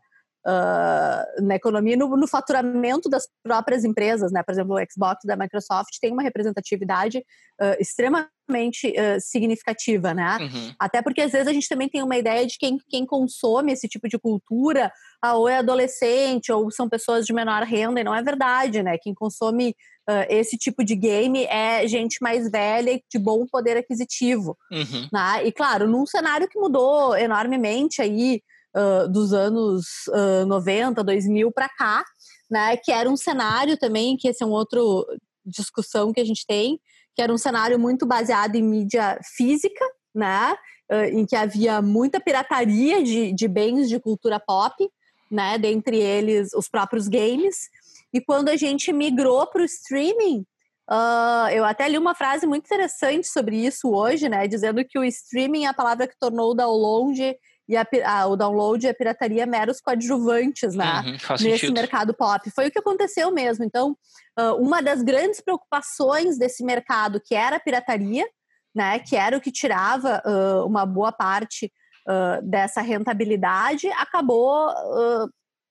uh, na economia, no, no faturamento das próprias empresas, né? Por exemplo, o Xbox da Microsoft tem uma representatividade uh, extremamente uh, significativa, né? Uhum. Até porque às vezes a gente também tem uma ideia de quem, quem consome esse tipo de cultura, ah, ou é adolescente, ou são pessoas de menor renda, e não é verdade, né? Quem consome uh, esse tipo de game é gente mais velha e de bom poder aquisitivo. Uhum. Né? E claro, num cenário que mudou enormemente aí uh, dos anos uh, noventa, dois mil para cá, né? Que era um cenário também, que esse é um outro discussão que a gente tem, que era um cenário muito baseado em mídia física, né? Uh, em que havia muita pirataria de, de bens de cultura pop, né, dentre eles os próprios games. E quando a gente migrou para o streaming, uh, eu até li uma frase muito interessante sobre isso hoje, né, dizendo que o streaming é a palavra que tornou o download e a, ah, o download e a pirataria meros coadjuvantes, né, uhum, faz nesse sentido. mercado pop. Foi o que aconteceu mesmo. Então, uh, uma das grandes preocupações desse mercado, que era a pirataria, né, que era o que tirava uh, uma boa parte Uh, dessa rentabilidade, acabou uh,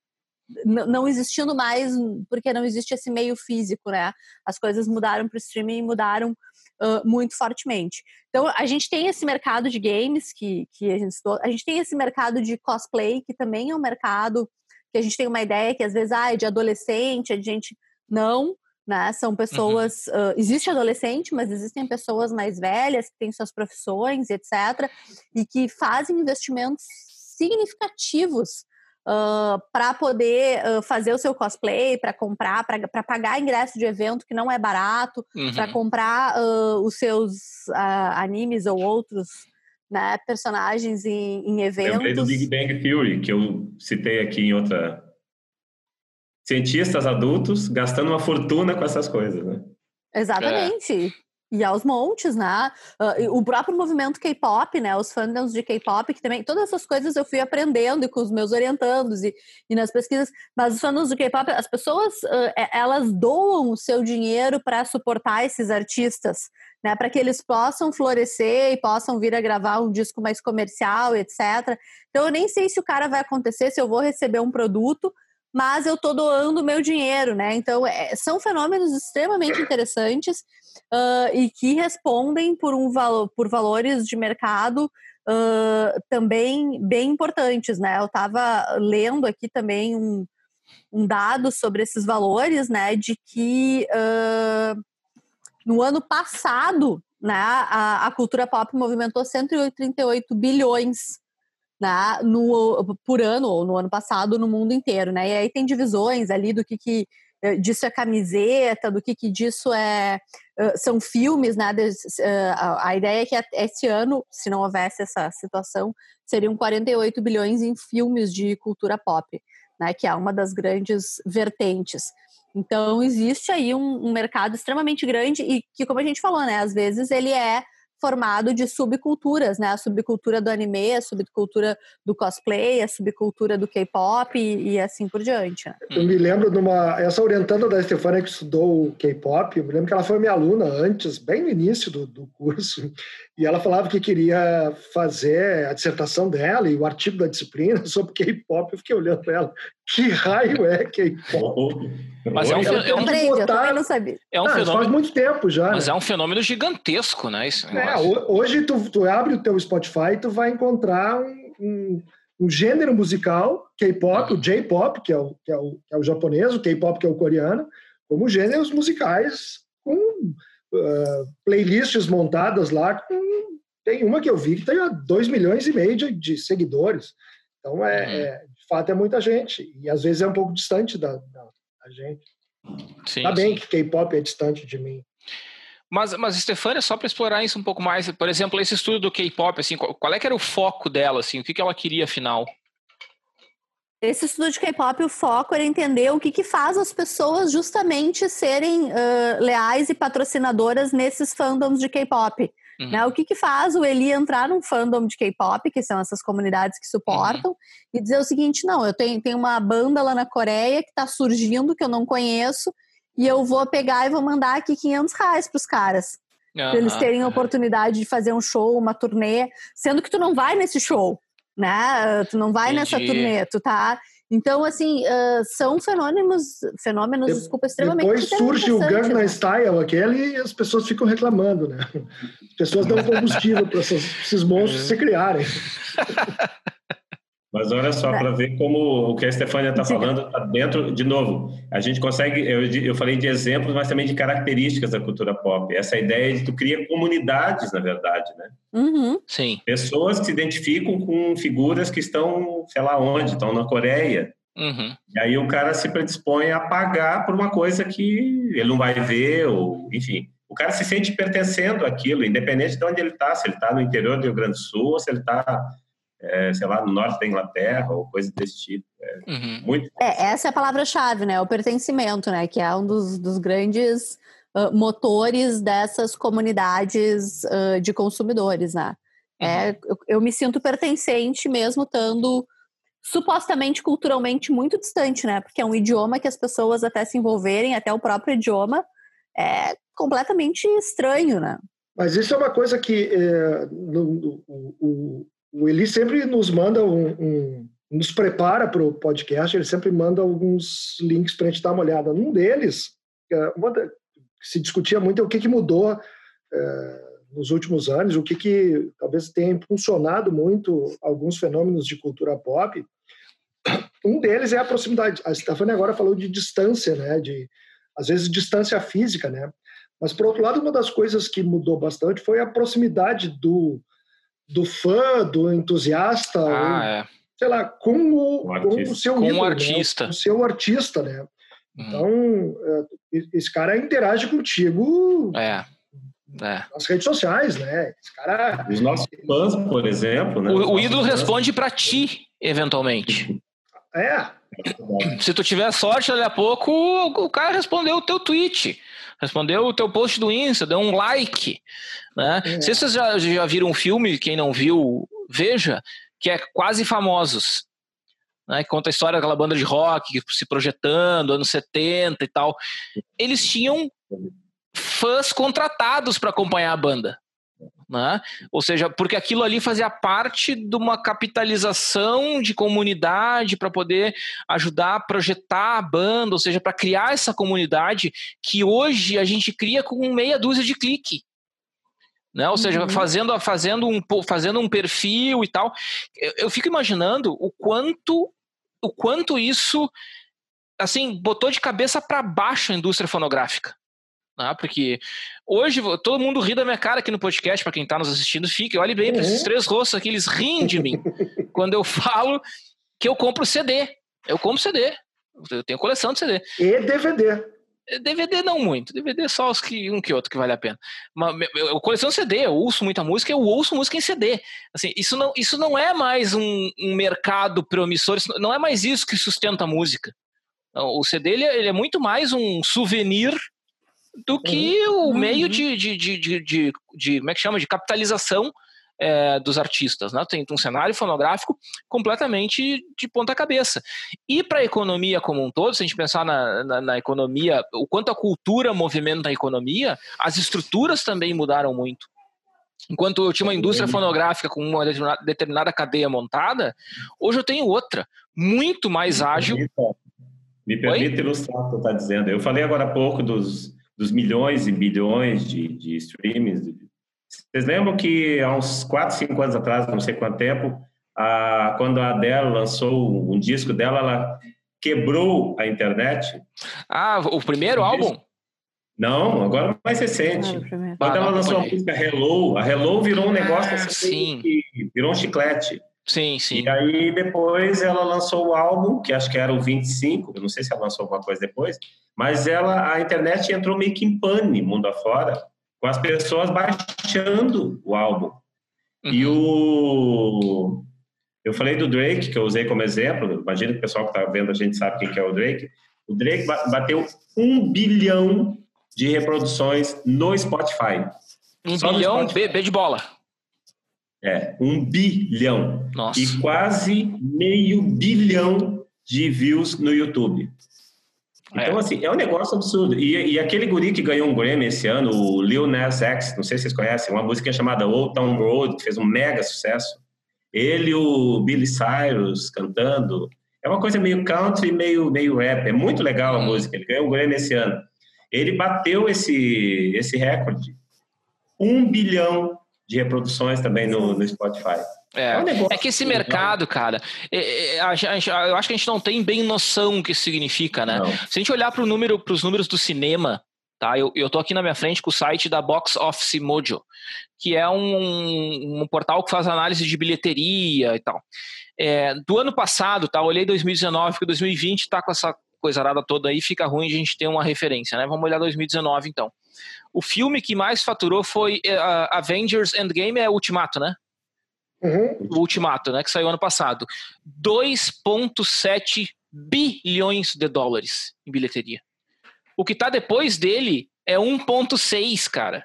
n- não existindo mais, porque não existe esse meio físico, né? As coisas mudaram para o streaming e mudaram uh, muito fortemente. Então, a gente tem esse mercado de games, que, que a gente estudou, a gente tem esse mercado de cosplay, que também é um mercado que a gente tem uma ideia que às vezes ah, é de adolescente, é de gente... Não, né? São pessoas... Uhum. Uh, existe adolescente, mas existem pessoas mais velhas que têm suas profissões, etcétera, e que fazem investimentos significativos uh, para poder uh, fazer o seu cosplay, para comprar, para pagar ingresso de evento que não é barato, uhum. para comprar uh, os seus uh, animes ou outros, né, personagens em, em eventos. Lembrei do Big Bang Theory, que eu citei aqui em outra... Cientistas adultos gastando uma fortuna com essas coisas, né? Exatamente. É. E aos montes, né? Uh, o próprio movimento K-pop, né? Os fandoms de K-pop, que também... Todas essas coisas eu fui aprendendo e com os meus orientandos e, e nas pesquisas. Mas os fandoms de K-pop, as pessoas, uh, elas doam o seu dinheiro para suportar esses artistas, né, para que eles possam florescer e possam vir a gravar um disco mais comercial, etcétera. Então eu nem sei se o cara vai acontecer, se eu vou receber um produto, mas eu estou doando o meu dinheiro, né? Então é, são fenômenos extremamente interessantes uh, e que respondem por, um valo, por valores de mercado uh, também bem importantes, né? Eu estava lendo aqui também um, um dado sobre esses valores, né? De que uh, no ano passado, né, a, a cultura pop movimentou cento e trinta e oito bilhões, né, no, por ano, ou no ano passado, no mundo inteiro, né? E aí tem divisões ali do que, que disso é camiseta, do que, que disso é, são filmes, né? A ideia é que esse ano, se não houvesse essa situação, seriam quarenta e oito bilhões em filmes de cultura pop, né? Que é uma das grandes vertentes. Então existe aí um, um mercado extremamente grande e que, como a gente falou, né? Às vezes ele é formado de subculturas, né? A subcultura do anime, a subcultura do cosplay, a subcultura do K-pop e, e assim por diante. Né? Eu me lembro de uma... Essa orientanda da Estefânia que estudou o K-pop, eu me lembro que ela foi minha aluna antes, bem no início do, do curso, e ela falava que queria fazer a dissertação dela e o artigo da disciplina sobre K-pop. Eu fiquei olhando para ela, que raio é K-pop? Mas é um, eu, é um, aprendi, botar... eu também não sabia. É um ah, fenômeno, faz muito tempo já. Mas né? é um fenômeno gigantesco, né? Isso, é, hoje tu, tu abre o teu Spotify e tu vai encontrar um, um, um gênero musical, K-pop, uhum. o J-pop, que, é o, que, é o, que é o japonês, o K-pop, que é o coreano, como gêneros musicais com uh, playlists montadas lá. Com, tem uma que eu vi que tem dois milhões e meio de, de seguidores. Então, é, uhum. é, de fato, é muita gente. E às vezes é um pouco distante da, da, da gente. Sim, tá bem sim. que K-pop é distante de mim. Mas, mas Estefânia, só para explorar isso um pouco mais, por exemplo, esse estudo do K-pop, assim, qual, qual é que era o foco dela, assim, o que, que ela queria, afinal? Esse estudo de K-pop, o foco era entender o que, que faz as pessoas justamente serem uh, leais e patrocinadoras nesses fandoms de K-pop. Uhum. Né? O que, que faz o Eli entrar num fandom de K-pop, que são essas comunidades que suportam, uhum. e dizer o seguinte, não, eu tenho, tenho uma banda lá na Coreia que está surgindo, que eu não conheço, e eu vou pegar e vou mandar aqui quinhentos reais para os caras. Uhum. Para eles terem a oportunidade de fazer um show, uma turnê, sendo que tu não vai nesse show, né? Tu não vai Entendi. nessa turnê, tu tá... Então, assim, uh, são fenômenos, fenômenos, de, desculpa, extremamente Depois surge o Gangnam né? Style, aquele, e as pessoas ficam reclamando, né? As pessoas dão combustível para esses monstros se criarem. Mas olha só, para ver como o que a Estefânia está falando está dentro, de novo, a gente consegue, eu, eu falei de exemplos, mas também de características da cultura pop. Essa ideia de tu cria comunidades, na verdade, né? Uhum. Sim. Pessoas que se identificam com figuras que estão, sei lá onde, estão na Coreia. Uhum. E aí o cara se predispõe a pagar por uma coisa que ele não vai ver, ou enfim. O cara se sente pertencendo àquilo, independente de onde ele está, se ele está no interior do Rio Grande do Sul, ou se ele está... É, sei lá, no norte da Inglaterra ou coisa desse tipo. É, uhum. muito... é, essa é a palavra-chave, né? O pertencimento, né? Que é um dos, dos grandes uh, motores dessas comunidades uh, de consumidores, né? Uhum. É, eu, eu me sinto pertencente mesmo estando supostamente culturalmente muito distante, né? Porque é um idioma que as pessoas até se envolverem, até o próprio idioma, é completamente estranho, né? Mas isso é uma coisa que é, no, no, o, o Eli sempre nos manda um, um nos prepara para o podcast, ele sempre manda alguns links para a gente dar uma olhada. Um deles, uma da, que se discutia muito, é o que, que mudou é, nos últimos anos, o que, que talvez tenha impulsionado muito alguns fenômenos de cultura pop. Um deles é a proximidade. A Stefânia agora falou de distância, né? De, às vezes distância física, né? Mas, por outro lado, uma das coisas que mudou bastante foi a proximidade do do fã, do entusiasta, ah, ou, é. sei lá, com o, com o seu com ídolo, o artista. Né? O seu artista, né? Uhum. Então, esse cara interage contigo é. É. nas redes sociais, né? Esse cara... Os nossos fãs, por exemplo... Né? O, o ídolo responde para ti, eventualmente. É. Se tu tiver sorte, daqui a pouco o cara respondeu o teu tweet, respondeu o teu post do Insta, deu um like, né? É. Se vocês já, já viram um filme, quem não viu, veja, que é Quase Famosos, né? Que conta a história daquela banda de rock se projetando, anos setenta e tal. Eles tinham fãs contratados para acompanhar a banda. Né? Ou seja, porque aquilo ali fazia parte de uma capitalização de comunidade para poder ajudar a projetar a banda, ou seja, para criar essa comunidade que hoje a gente cria com meia dúzia de clique. Né? Ou uhum. seja, fazendo, fazendo, um, fazendo um perfil e tal. Eu, eu fico imaginando o quanto, o quanto isso assim, botou de cabeça para baixo a indústria fonográfica. Ah, porque hoje todo mundo ri da minha cara aqui no podcast, para quem está nos assistindo, fica, olhe bem para esses três rostos aqui, eles riem de mim quando eu falo que eu compro C D. Eu compro C D, eu tenho coleção de C D. E D V D. D V D não muito, D V D só os que, um que outro que vale a pena. Mas eu, eu coleciono C D, eu ouço muita música, eu ouço música em C D. Assim, isso, não, isso não é mais um, um mercado promissor, isso não é mais isso que sustenta a música. O C D ele, ele é muito mais um souvenir do que uhum. o meio de, de, de, de, de, de, como é que chama? De capitalização é, dos artistas. Né? Tem um cenário fonográfico completamente de ponta cabeça. E para a economia como um todo, se a gente pensar na, na, na economia, o quanto a cultura movimenta a economia, as estruturas também mudaram muito. Enquanto eu tinha uma indústria fonográfica com uma determinada cadeia montada, hoje eu tenho outra, muito mais ágil. Me permite Oi? ilustrar o que você está dizendo. Eu falei agora há pouco dos, dos milhões e bilhões de, de streams. Vocês lembram que há uns quatro, cinco anos atrás, não sei quanto tempo, a, quando a Adele lançou um disco dela, ela quebrou a internet? Ah, o primeiro o álbum? Disco? Não, agora mais recente. Ah, quando ah, ela não, lançou a música Hello, a Hello virou um negócio ah, assim, que virou um chiclete. Sim, sim. E aí depois ela lançou o álbum, que acho que era o vinte e cinco, eu não sei se ela lançou alguma coisa depois, mas ela, a internet entrou meio que em pane, mundo afora, com as pessoas baixando o álbum. Uhum. E o... Eu falei do Drake, que eu usei como exemplo, imagina que o pessoal que está vendo a gente sabe quem que é o Drake. O Drake bateu um bilhão de reproduções no Spotify. Um Só bilhão Spotify. B de bola. É, um bilhão. Nossa. E quase meio bilhão de views no YouTube. Então, é. assim, é um negócio absurdo. E, e aquele guri que ganhou um Grammy esse ano, o Lil Nas X, não sei se vocês conhecem, uma música chamada Old Town Road, que fez um mega sucesso. Ele e o Billy Cyrus cantando. É uma coisa meio country, meio, meio rap. É muito legal a música. Ele ganhou um Grammy esse ano. Ele bateu esse, esse recorde. Um bilhão de reproduções também no, no Spotify. É, é, um é que esse mercado, cara, é, é, a gente, eu acho que a gente não tem bem noção o que isso significa, né? Não. Se a gente olhar para número, os números do cinema, tá? Eu, eu tô aqui na minha frente com o site da Box Office Mojo, que é um, um portal que faz análise de bilheteria e tal. É, do ano passado, tá? Eu olhei dois mil e dezenove, porque dois mil e vinte tá com essa coisa arada toda aí, fica ruim de a gente ter uma referência, né? Vamos olhar dois mil e dezenove, então. O filme que mais faturou foi uh, Avengers Endgame, é Ultimato, né? Uhum. O Ultimato, né? Que saiu ano passado. dois vírgula sete bilhões de dólares em bilheteria. O que tá depois dele é um vírgula seis, cara.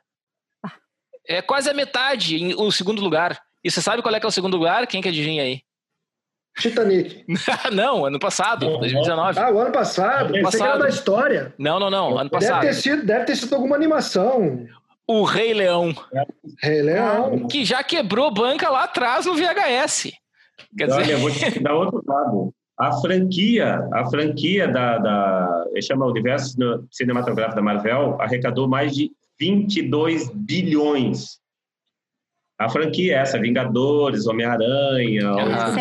É quase a metade em, o segundo lugar. E você sabe qual é que é o segundo lugar? Quem que adivinha aí? Titanic. Não, ano passado, dois mil e dezenove. Ah, o ano passado? Ano passado. Da história. Não, não, não, ano deve passado. Ter sido, deve ter sido alguma animação. O Rei Leão. Rei Leão. Que já quebrou banca lá atrás no V H S. Quer Olha, dizer... eu vou te dar outro lado. A franquia, a franquia da, da ele chama o universo cinematográfico da Marvel, arrecadou mais de vinte e dois bilhões. A franquia é essa, Vingadores, Homem-Aranha, ah,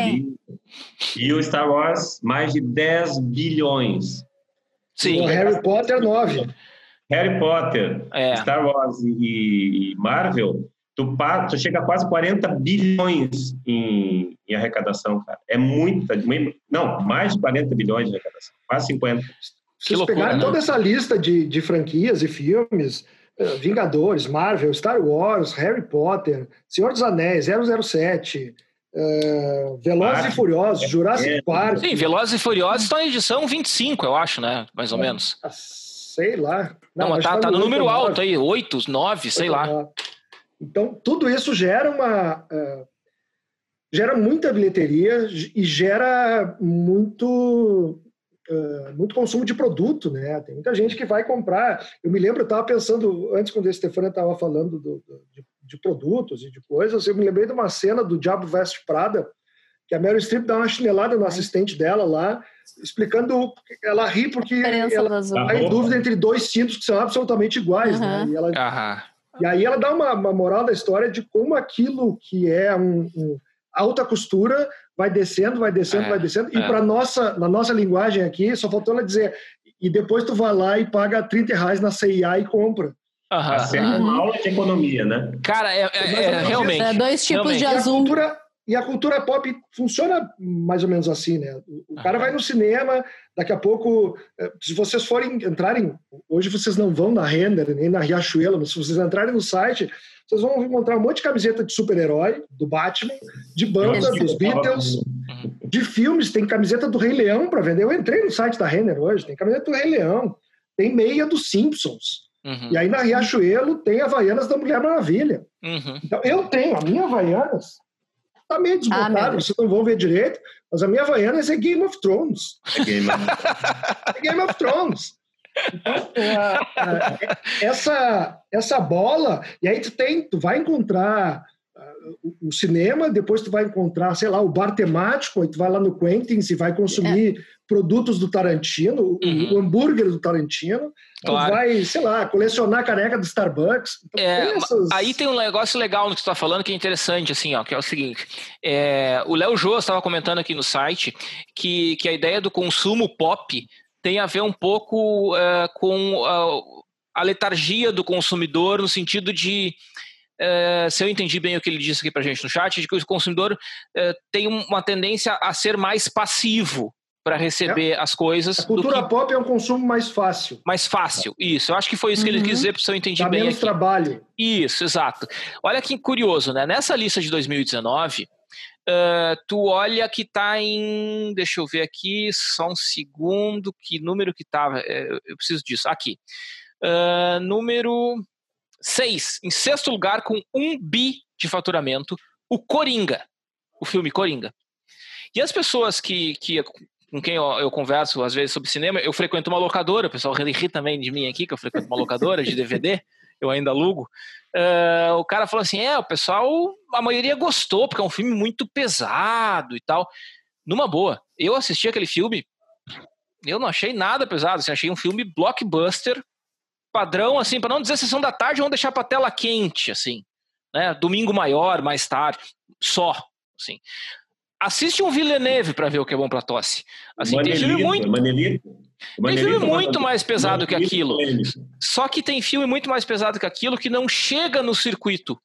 e o Star Wars, mais de dez bilhões. Sim. O Harry Potter, nove. Harry Potter, é. Star Wars e, e Marvel, tu, tu chega a quase quarenta bilhões em, em arrecadação, cara. É muita, não, mais de quarenta bilhões de arrecadação, quase cinquenta. Se vocês pegarem toda essa lista de, de franquias e filmes, Vingadores, Marvel, Star Wars, Harry Potter, Senhor dos Anéis, zero zero sete, uh, Velozes e Furiosos, Jurassic é. Park. Sim, Velozes e Furiosos estão na edição vinte e cinco, eu acho, né? Mais ou é. menos. Sei lá. Não, Não mas tá, tá no número oito, alto aí, oito, nove, sei lá. nove. Então, tudo isso gera uma... Uh, gera muita bilheteria e gera muito... uh, muito consumo de produto, né? Tem muita gente que vai comprar. Eu me lembro, eu estava pensando, antes quando a Stefania estava falando do, do, de, de produtos e de coisas, eu me lembrei de uma cena do Diabo Veste Prada, que a Meryl Streep dá uma chinelada no assistente dela lá, explicando, ela ri porque ela está em dúvida entre dois cintos que são absolutamente iguais, uhum. né? E, ela, uhum. e aí ela dá uma, uma moral da história de como aquilo que é um, um alta costura vai descendo, vai descendo, é, vai descendo, é. e para nossa, na nossa linguagem aqui, só faltou ela dizer, e depois tu vai lá e paga trinta reais na C e A e compra. Uhum. Assim, é uma aula de economia, né? Cara, é, é, é, é realmente. É dois tipos realmente. de azul. E a, cultura, e a cultura pop funciona mais ou menos assim, né? O, o cara vai no cinema, daqui a pouco, se vocês forem entrarem, hoje vocês não vão na Renner, nem na Riachuelo, mas se vocês entrarem no site, vocês vão encontrar um monte de camiseta de super-herói, do Batman, de banda, dos Beatles, de filmes, tem camiseta do Rei Leão para vender. Eu entrei no site da Renner hoje, tem camiseta do Rei Leão, tem meia dos Simpsons. Uhum. E aí na Riachuelo tem Havaianas da Mulher Maravilha. Uhum. Então eu tenho, a minha Havaianas tá meio desbotada, ah, vocês não vão ver direito, mas a minha Havaianas é Game of Thrones. É Game of, é Game of Thrones. Então, é, é, essa, essa bola, e aí tu tem, tu vai encontrar uh, o, o cinema, depois tu vai encontrar, sei lá, o bar temático, aí tu vai lá no Quentin's e vai consumir é. produtos do Tarantino, uhum. o, o hambúrguer do Tarantino, claro. Tu vai, sei lá, colecionar caneca do Starbucks. Então, é, tem essas... Aí tem um negócio legal no que tu tá falando que é interessante, assim, ó, que é o seguinte, é, o Léo Jô estava comentando aqui no site que, que a ideia do consumo pop tem a ver um pouco uh, com uh, a letargia do consumidor, no sentido de, uh, se eu entendi bem o que ele disse aqui pra gente no chat, de que o consumidor uh, tem uma tendência a ser mais passivo para receber é. as coisas. A cultura que... pop é um consumo mais fácil. Mais fácil, isso. Eu acho que foi isso uhum. que ele quis dizer, se eu entendi Dá bem menos aqui. trabalho. Isso, exato. Olha que curioso, né? Nessa lista de dois mil e dezenove... Uh, tu olha que tá em, deixa eu ver aqui, só um segundo, que número que tava, eu, eu preciso disso, aqui, uh, número seis, em sexto lugar com um bi de faturamento, o Coringa, o filme Coringa. E as pessoas que, que com quem eu, eu converso às vezes sobre cinema, eu frequento uma locadora, o pessoal ri também de mim aqui, que eu frequento uma locadora de D V D, eu ainda alugo. Uh, o cara falou assim, é, o pessoal, a maioria gostou, porque é um filme muito pesado e tal. Numa boa, eu assisti aquele filme, eu não achei nada pesado, assim, achei um filme blockbuster, padrão, assim, para não dizer sessão da tarde, vamos deixar pra tela quente, assim, né, domingo maior, mais tarde, só, assim. Assiste um Villeneuve pra ver o que é bom pra tosse. Assim, Manelito, tem filme muito... Manelito. Tem filme muito mais pesado que aquilo. Só que tem filme muito mais pesado que aquilo que não chega no circuito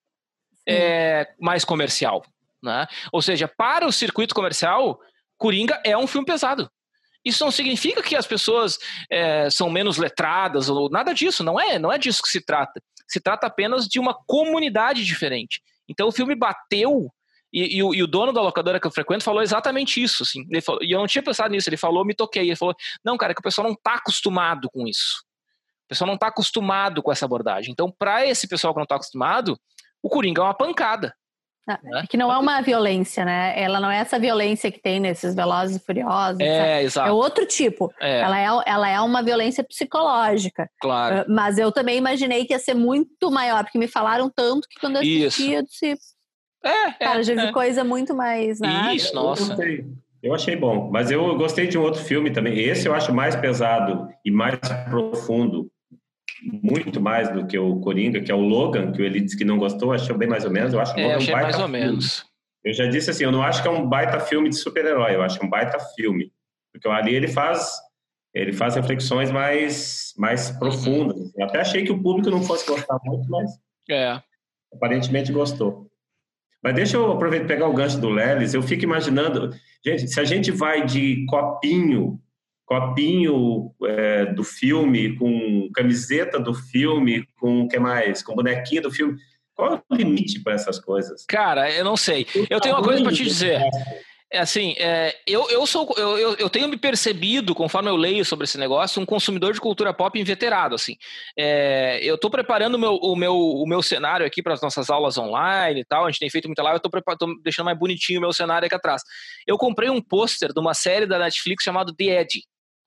é, mais comercial, né? Ou seja, para o circuito comercial, Coringa é um filme pesado. Isso não significa que as pessoas é, são menos letradas ou nada disso. Não é, não é disso que se trata. Se trata apenas de uma comunidade diferente. Então o filme bateu. E, e, o, e o dono da locadora que eu frequento falou exatamente isso, assim. Ele falou, e eu não tinha pensado nisso, ele falou, me toquei. Ele falou, não, cara, é que o pessoal não está acostumado com isso. O pessoal não está acostumado com essa abordagem. Então, para esse pessoal que não está acostumado, o Coringa é uma pancada. Ah, né? É que não é uma violência, né? Ela não é essa violência que tem nesses Velozes e Furiosos. É, sabe? exato. É outro tipo. É. Ela, é, ela é uma violência psicológica. Claro. Uh, mas eu também imaginei que ia ser muito maior, porque me falaram tanto que quando eu assisti, eu disse... É, Cara, é, já vi é. coisa muito mais, né? Isso, nossa. Eu, gostei. eu achei bom, mas eu gostei de um outro filme também. Esse eu acho mais pesado e mais profundo, muito mais do que o Coringa, que é o Logan, que ele disse que não gostou, achou bem mais ou menos. Eu acho que é, é um achei baita mais ou filme. menos. Eu já disse assim, eu não acho que é um baita filme de super-herói, eu acho que é um baita filme. Porque ali ele faz, ele faz reflexões mais, mais profundas. Uhum. Eu até achei que o público não fosse gostar muito, mas é. aparentemente gostou. Mas deixa eu aproveitar e pegar o gancho do Lelis. Eu fico imaginando, gente, se a gente vai de copinho, copinho é, do filme, com camiseta do filme, com o que mais? Com bonequinho do filme. Qual é o limite para essas coisas? Cara, eu não sei. Eu tenho uma coisa para te dizer. É assim, é, eu, eu, sou, eu, eu, eu tenho me percebido, conforme eu leio sobre esse negócio, um consumidor de cultura pop inveterado, assim. É, eu estou preparando o meu, o, meu, o meu cenário aqui para as nossas aulas online e tal, a gente tem feito muita live, eu estou deixando mais bonitinho o meu cenário aqui atrás. Eu comprei um pôster de uma série da Netflix chamada The Edge,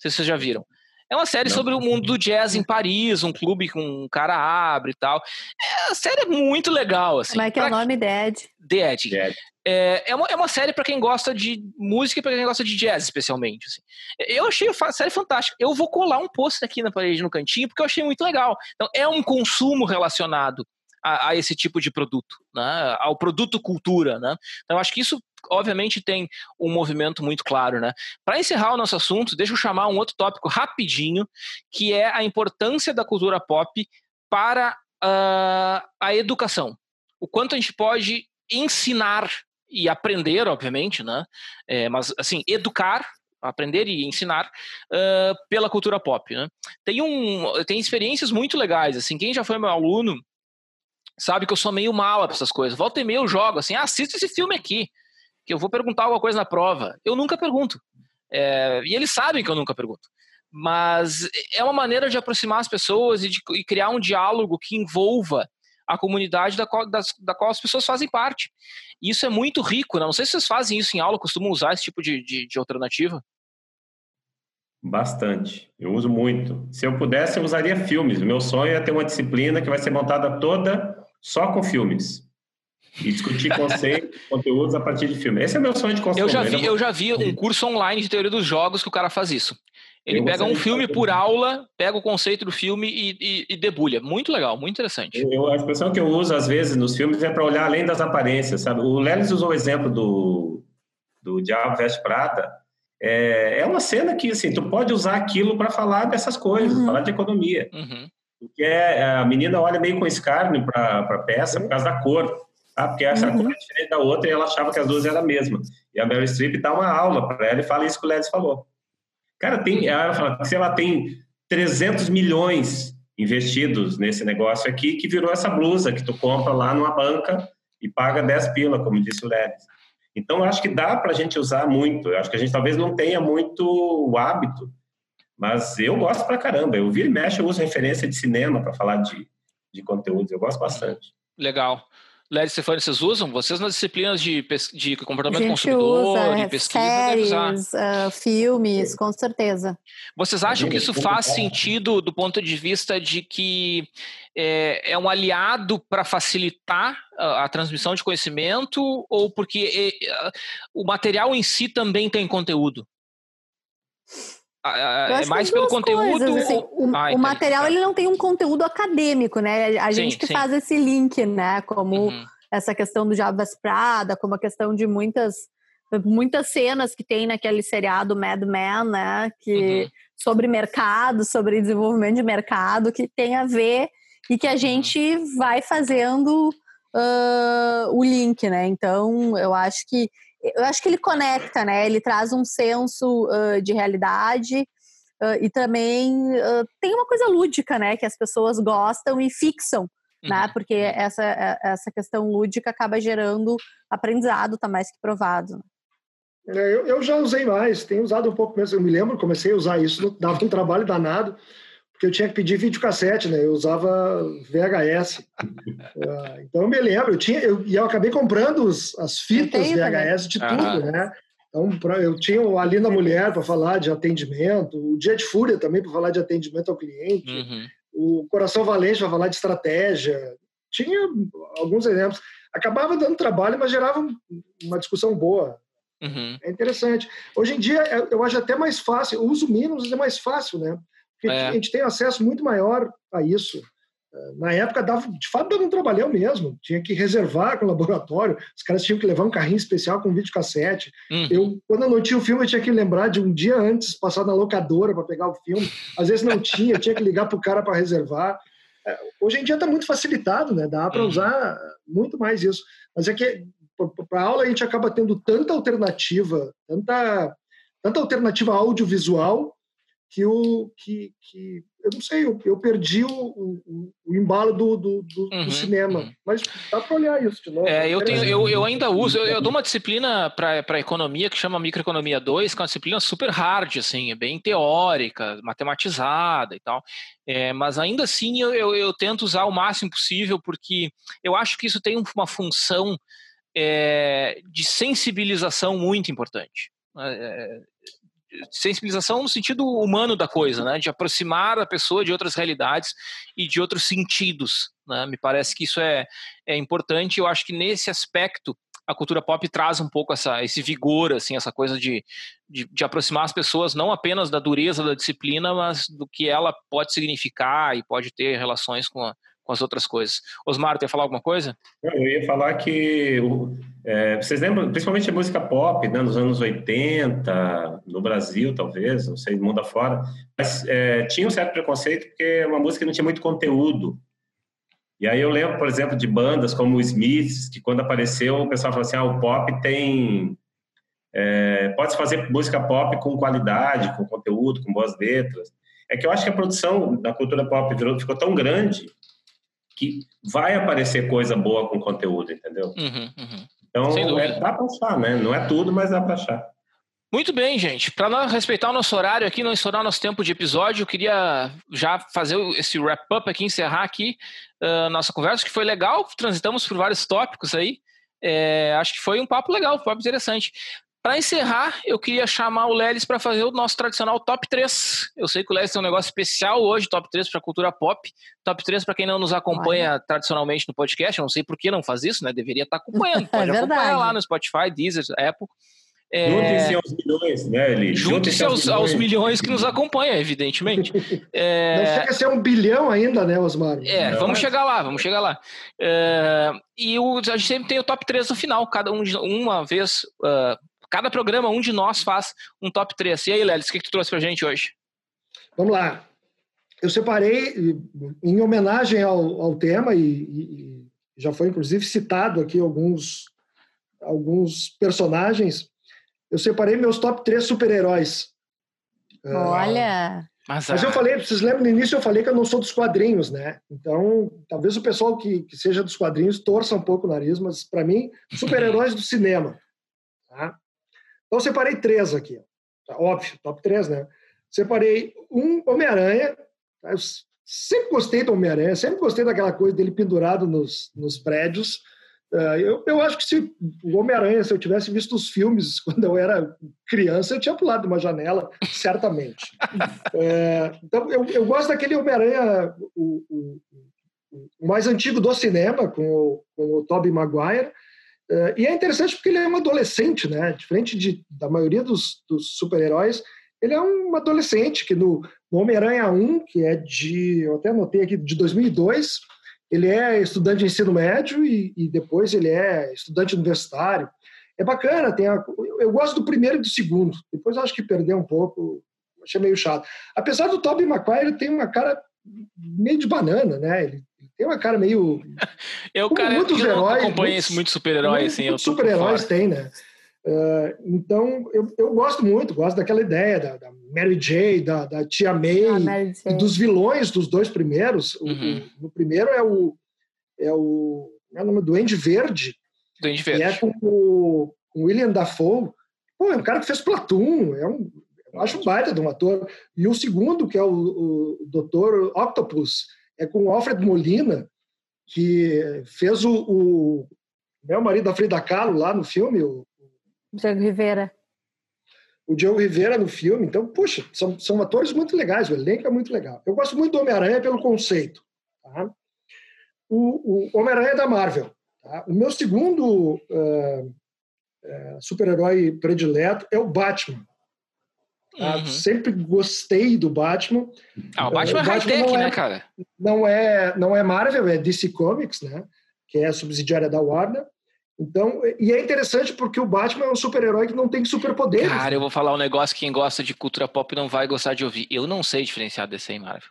sei se vocês já viram. É uma série Não. sobre o mundo do jazz em Paris, um clube que um cara abre e tal. É, a série é muito legal, assim. Como é que é o nome? The Edge. The Edge. The Edge. É, é, uma, é uma série para quem gosta de música e para quem gosta de jazz, especialmente. Assim. Eu achei a série fantástica. Eu vou colar um post aqui na parede, no cantinho, porque eu achei muito legal. Então, é um consumo relacionado a, a esse tipo de produto, né? Ao produto cultura, né? Então, eu acho que isso, obviamente, tem um movimento muito claro, né? Para encerrar o nosso assunto, deixa eu chamar um outro tópico rapidinho, que é a importância da cultura pop para uh, a educação. O quanto a gente pode ensinar e aprender, obviamente, né? É, mas, assim, educar, aprender e ensinar uh, pela cultura pop, né? Tem, um, tem experiências muito legais, assim, quem já foi meu aluno sabe que eu sou meio mala para essas coisas. Volta e meia eu jogo, assim, ah, assista esse filme aqui, que eu vou perguntar alguma coisa na prova. Eu nunca pergunto. É, e eles sabem que eu nunca pergunto. Mas é uma maneira de aproximar as pessoas e de e criar um diálogo que envolva a comunidade da qual, das, da qual as pessoas fazem parte. E isso é muito rico, né? Não sei se vocês fazem isso em aula, costumam usar esse tipo de, de, de alternativa. Bastante. Eu uso muito. Se eu pudesse, eu usaria filmes. O meu sonho é ter uma disciplina que vai ser montada toda só com filmes. E discutir conceitos, conteúdos a partir de filmes. Esse é o meu sonho de construção. Eu já vi, eu já vi um curso online de teoria dos jogos que o cara faz isso. Ele eu pega um filme por aula, pega o conceito do filme e, e, e debulha. Muito legal, muito interessante. Eu, a expressão que eu uso, às vezes, nos filmes é para olhar além das aparências, sabe? O Lelis usou o exemplo do, do Diabo Veste Prada. É, é uma cena que, assim, tu pode usar aquilo para falar dessas coisas, uhum. falar de economia. Uhum. Porque a menina olha meio com escárnio para a peça por causa da cor. Tá? Porque essa uhum. cor é diferente da outra e ela achava que as duas eram a mesma. E a Meryl Streep dá uma aula para ela e fala isso que o Lelis falou. Cara, tem, ela fala que se ela tem trezentos milhões investidos nesse negócio aqui, que virou essa blusa que tu compra lá numa banca e paga dez pila, como disse o Lelis. Então, eu acho que dá para a gente usar muito. Eu acho que a gente talvez não tenha muito o hábito, mas eu gosto pra caramba. Eu viro e mexo, eu uso referência de cinema para falar de, de conteúdos. Eu gosto bastante. Legal. Lélia e Stefani, vocês usam? Vocês nas disciplinas de, de comportamento consumidor, usa, de pesquisa, séries, uh, filmes, com certeza. Vocês acham que isso faz sentido do ponto de vista de que é, é um aliado para facilitar a, a transmissão de conhecimento ou porque é, o material em si também tem conteúdo? É mais pelo conteúdo? Coisas, assim, o, ah, o material ele não tem um conteúdo acadêmico, né? A gente sim, que sim. faz esse link, né? Como uhum. essa questão do Diabo Veste Prada, como a questão de muitas, muitas cenas que tem naquele seriado Mad Men, né? Que, uhum. sobre mercado, sobre desenvolvimento de mercado, que tem a ver e que a gente uhum. vai fazendo uh, o link, né? Então, eu acho que Eu acho que ele conecta, né? Ele traz um senso uh, de realidade uh, e também uh, tem uma coisa lúdica, né? Que as pessoas gostam e fixam, uhum. né? Porque essa, essa questão lúdica acaba gerando aprendizado, tá mais que provado. É, eu, eu já usei mais, tenho usado um pouco mesmo. Eu me lembro, comecei a usar isso, dava um trabalho danado, porque eu tinha que pedir videocassete, né? Eu usava V H S. uh, então eu me lembro, eu tinha, eu, e eu acabei comprando os, as fitas V H S de tudo, uhum. né? Então pra, eu tinha o A Linda Mulher para falar de atendimento, o Dia de Fúria também para falar de atendimento ao cliente, uhum. o Coração Valente para falar de estratégia. Tinha alguns exemplos. Acabava dando trabalho, mas gerava uma discussão boa. Uhum. É interessante. Hoje em dia, eu acho até mais fácil, o uso mínimo é mais fácil, né? Porque é. a gente tem acesso muito maior a isso. Na época, dava, de fato, dava um trabalhão mesmo. Tinha que reservar com o laboratório. Os caras tinham que levar um carrinho especial com videocassete. Uhum. Eu, quando eu não tinha o filme, eu tinha que lembrar de um dia antes, passar na locadora para pegar o filme. Às vezes não tinha, eu tinha que ligar para o cara para reservar. Hoje em dia está muito facilitado, né? Dá para uhum. usar muito mais isso. Mas é que, para a aula, a gente acaba tendo tanta alternativa, tanta, tanta alternativa audiovisual, que, o, que, que eu não sei, eu, eu perdi o, o, o embalo do, do, do, uhum, do cinema, uhum. mas dá para olhar isso de novo. É, eu, tenho, eu, eu ainda uso, eu, eu dou uma disciplina para economia que chama Microeconomia dois, que é uma disciplina super hard, assim, é bem teórica, matematizada e tal, é, mas ainda assim eu, eu, eu tento usar o máximo possível, porque eu acho que isso tem uma função é, de sensibilização muito importante. É, sensibilização no sentido humano da coisa, né? De aproximar a pessoa de outras realidades e de outros sentidos, né? Me parece que isso é, é importante. Eu acho que nesse aspecto a cultura pop traz um pouco essa, esse vigor, assim, essa coisa de, de, de aproximar as pessoas não apenas da dureza da disciplina, mas do que ela pode significar e pode ter relações com, a, com as outras coisas. Osmar, tu ia falar alguma coisa? Eu ia falar que é, vocês lembram, principalmente a música pop, né, nos anos oitenta, no Brasil talvez, não sei, no mundo afora, mas é, tinha um certo preconceito porque é uma música que não tinha muito conteúdo. E aí eu lembro, por exemplo, de bandas como o Smiths, que quando apareceu o pessoal falou assim, ah, o pop tem... É, pode-se fazer música pop com qualidade, com conteúdo, com boas letras. É que eu acho que a produção da cultura pop virou, ficou tão grande que vai aparecer coisa boa com conteúdo, entendeu? Uhum, uhum. Então, é, dá para achar, né? Não é tudo, mas dá para achar. Muito bem, gente. Para respeitar o nosso horário aqui, não estourar o nosso tempo de episódio, eu queria já fazer esse wrap-up aqui, encerrar aqui a uh, nossa conversa, que foi legal, transitamos por vários tópicos aí. É, acho que foi um papo legal, um papo interessante. Para encerrar, eu queria chamar o Lelis para fazer o nosso tradicional top três. Eu sei que o Lelis tem um negócio especial hoje, top três para cultura pop. Top três para quem não nos acompanha Olha. tradicionalmente no podcast. Eu não sei por que não faz isso, né? Deveria estar acompanhando. Pode é acompanhar lá no Spotify, Deezer, Apple. É... Juntem-se aos milhões, né, Eli? Juntem-se aos, aos milhões que nos acompanham, evidentemente. É... Não chega a ser um bilhão ainda, né, Osmar? É, não, vamos mas... chegar lá, vamos chegar lá. É... E o, a gente sempre tem o top três no final, cada um de, uma vez, uh, cada programa, um de nós faz um top três. E aí, Lelis, o que, que tu trouxe pra gente hoje? Vamos lá. Eu separei, em homenagem ao, ao tema, e, e já foi inclusive citado aqui alguns, alguns personagens, eu separei meus top três super-heróis. Olha! Mas, Mas eu falei, vocês lembram no início eu falei que eu não sou dos quadrinhos, né? Então, talvez o pessoal que, que seja dos quadrinhos torça um pouco o nariz, mas para mim, super-heróis do cinema. Tá? Então eu separei três aqui. Tá? Óbvio, top três, né? Separei um Homem-Aranha. Tá? Eu sempre gostei do Homem-Aranha, sempre gostei daquela coisa dele pendurado nos, nos prédios. Uh, eu, eu acho que se o Homem-Aranha, se eu tivesse visto os filmes quando eu era criança, eu tinha pulado de uma janela, certamente. uh, então, eu, eu gosto daquele Homem-Aranha, o, o, o mais antigo do cinema, com o, com o Tobey Maguire. Uh, e é interessante porque ele é um adolescente, né? Diferente de, da maioria dos, dos super-heróis, ele é um adolescente que no, no Homem-Aranha um, que é de, eu até anotei aqui, de dois mil e dois, ele é estudante de ensino médio e, e depois ele é estudante universitário. É bacana, tem a, eu, eu gosto do primeiro e do segundo. Depois acho que perdeu um pouco, achei meio chato. Apesar do Tobey Maguire, ele tem uma cara meio de banana, né? Ele, ele tem uma cara meio... eu, cara, muitos eu heróis, não acompanho muitos, muito super-herói, assim. Muitos super-heróis tem, né? Uh, então, eu, eu gosto muito, gosto daquela ideia da, da Mary Jane, da, da Tia May, ah, e dos vilões dos dois primeiros. Uhum. O, o, o primeiro é o, é o, é o nome do Duende Verde, Duende Verde. E é com o, com o William Dafoe. Pô, é um cara que fez Platoon, é um, eu acho um baita de um ator. E o segundo, que é o, o doutor Octopus, é com o Alfred Molina, que fez o, o meu marido da Frida Kahlo lá no filme, o Diego Rivera. O Diego Rivera no filme. Então, puxa, são, são atores muito legais, o elenco é muito legal. Eu gosto muito do Homem-Aranha pelo conceito. Tá? O, o Homem-Aranha é da Marvel. Tá? O meu segundo uh, uh, super-herói predileto é o Batman. Tá? Uhum. Sempre gostei do Batman. Ah, o Batman uh, é high-tech, né, cara? Não é, não é Marvel, é D C Comics, né? Que é a subsidiária da Warner. Então, e é interessante porque o Batman é um super-herói que não tem superpoderes. Cara, eu vou falar um negócio que quem gosta de cultura pop não vai gostar de ouvir. Eu não sei diferenciar D C e Marvel.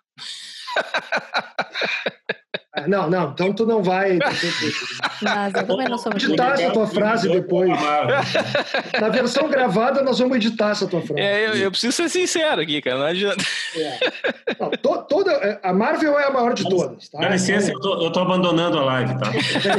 Não, não, então tu não vai... Mas eu também não sou muito editar essa tua frase depois. Na versão gravada, nós vamos editar essa tua frase. É, eu, eu preciso ser sincero aqui, cara, não adianta. É. Não, to, toda, a Marvel é a maior de todas. Tá? Dá licença, eu tô, eu tô abandonando a live, tá?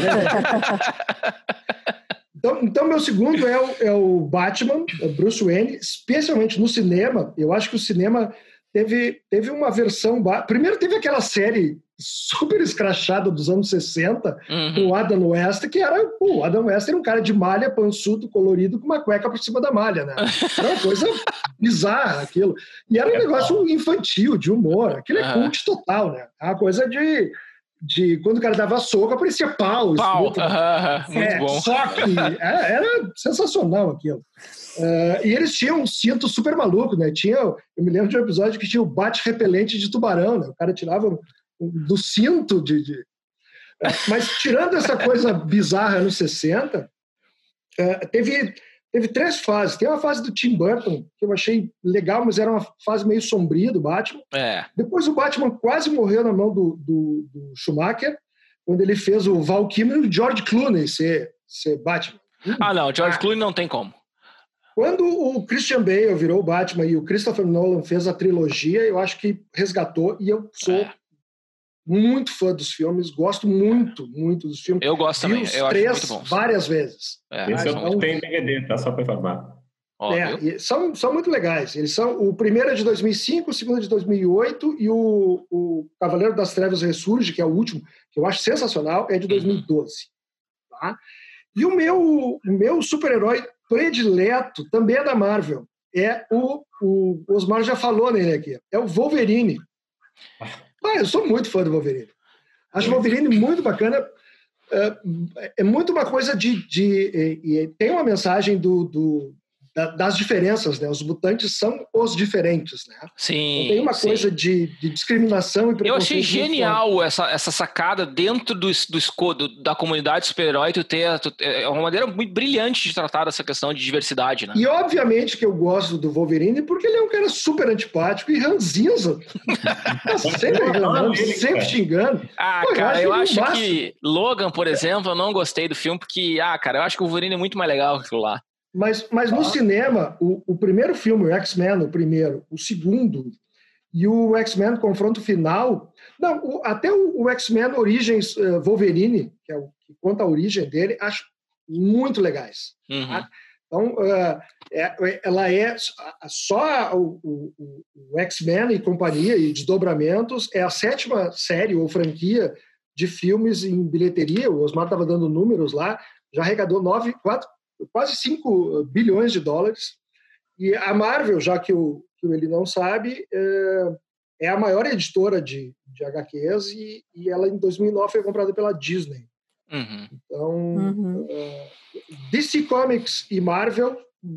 Então, então, meu segundo é o, é o Batman, é Bruce Wayne, especialmente no cinema. Eu acho que o cinema teve, teve uma versão... Primeiro teve aquela série super escrachada dos anos sessenta, uhum. com o Adam West, que era... Pô, o Adam West era um cara de malha, pançudo, colorido, com uma cueca por cima da malha, né? Era uma coisa bizarra aquilo. E era um negócio infantil, de humor. Aquilo é cult total, né? É uma coisa de... de quando o cara dava soco, aparecia pau. Pau, uh -huh, muito é, bom. Só que é, era sensacional aquilo. Uh, e eles tinham um cinto super maluco, né? Tinha, eu me lembro de um episódio que tinha o bate-repelente de tubarão, né? O cara tirava do cinto de... de... Uh, mas tirando essa coisa bizarra nos sessenta, uh, teve, teve três fases. Tem uma fase do Tim Burton, que eu achei legal, mas era uma fase meio sombria do Batman. É. Depois o Batman quase morreu na mão do, do, do Schumacher, quando ele fez o Val Kilmer e o George Clooney ser, ser Batman. Ah, não, o George ah. Clooney não tem como. Quando o Christian Bale virou o Batman e o Christopher Nolan fez a trilogia, eu acho que resgatou, e eu sou é. muito fã dos filmes, gosto muito, muito dos filmes. Eu gosto também, os eu três acho muito bons. Várias vezes. É, Esse eu não tenho D V D, tá? Só para informar. É, são, são muito legais. Eles são, o primeiro é de dois mil e cinco, o segundo é de dois mil e oito e o, o Cavaleiro das Trevas Ressurge, que é o último, que eu acho sensacional, é de dois mil e doze. Tá? E o meu, o meu super-herói predileto também é da Marvel. É o, o Osmar já falou nele aqui. É o Wolverine. Ah, eu sou muito fã do Wolverine. Acho o Wolverine muito bacana. É, é muito uma coisa de... de, de tem uma mensagem do... do das diferenças, né? Os mutantes são os diferentes, né? Sim. Não tem uma sim. coisa de, de discriminação e preconceito. Eu achei genial essa, essa sacada dentro do, do escudo da comunidade super-herói, tu ter, tu, é uma maneira muito brilhante de tratar essa questão de diversidade, né? E obviamente que eu gosto do Wolverine porque ele é um cara super antipático e ranzinza. Tá sempre reclamando, sempre xingando. Ah, Pô, cara, eu acho, eu acho que Logan, por exemplo, eu não gostei do filme porque, ah, cara, eu acho que o Wolverine é muito mais legal que aquilo lá. Mas, mas no ah. cinema, o, o primeiro filme, o X-Men, o primeiro, o segundo, e o X-Men Confronto Final, não, o, até o, o X-Men Origins uh, Wolverine, que é o que conta a origem dele, acho muito legais. Uhum. Tá? Então, uh, é, ela é só o, o, o X-Men e companhia e desdobramentos, é a sétima série ou franquia de filmes em bilheteria. O Osmar estava dando números lá, já arrecadou nove, quatro quase cinco bilhões de dólares. E a Marvel, já que o, que ele não sabe, é, é a maior editora de, de agá quês e, e ela, em dois mil e nove, foi comprada pela Disney. Uhum. Então, uhum. uh, D C Comics e Marvel,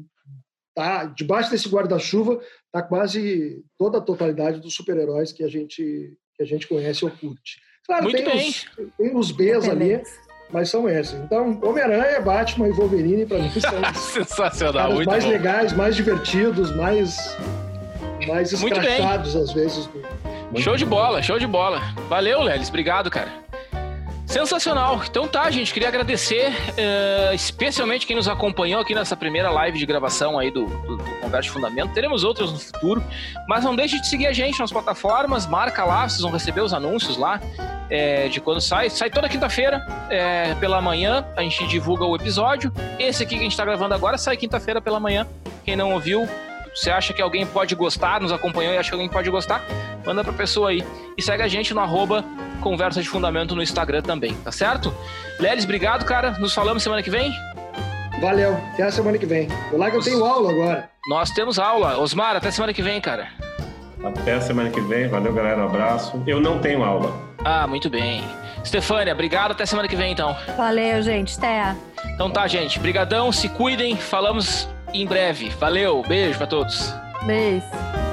tá, debaixo desse guarda-chuva, tá quase toda a totalidade dos super-heróis que a gente, que a gente conhece ou curte. Claro, Muito tem, bem. Os, tem os Bs ali, mas são esses. Então, Homem-Aranha, Batman e Wolverine, para mim, são sensacional, os muito mais bom. legais, mais divertidos, mais, mais escrachados, às vezes. Do... Show de bola, show de bola. Valeu, Lelis, obrigado, cara. Sensacional. Então tá, gente, queria agradecer uh, especialmente quem nos acompanhou aqui nessa primeira live de gravação aí do, do, do Conversa de Fundamento. Teremos outras no futuro, mas não deixe de seguir a gente nas plataformas, marca lá, vocês vão receber os anúncios lá é, de quando sai. Sai toda quinta-feira é, pela manhã, a gente divulga o episódio. Esse aqui que a gente tá gravando agora sai quinta-feira pela manhã. Quem não ouviu, você acha que alguém pode gostar, nos acompanhou e acha que alguém pode gostar, manda pra pessoa aí. E segue a gente no arroba Conversa de Fundamento no Instagram também, tá certo? Lelis, obrigado, cara. Nos falamos semana que vem? Valeu, até a semana que vem. Vou lá que eu tenho aula agora. Nós temos aula. Osmar, até semana que vem, cara. Até a semana que vem. Valeu, galera. Um abraço. Eu não tenho aula. Ah, muito bem. Stefânia, obrigado. Até semana que vem, então. Valeu, gente. Até. Então tá, gente. Brigadão. Se cuidem. Falamos em breve. Valeu. Beijo pra todos. Beijo.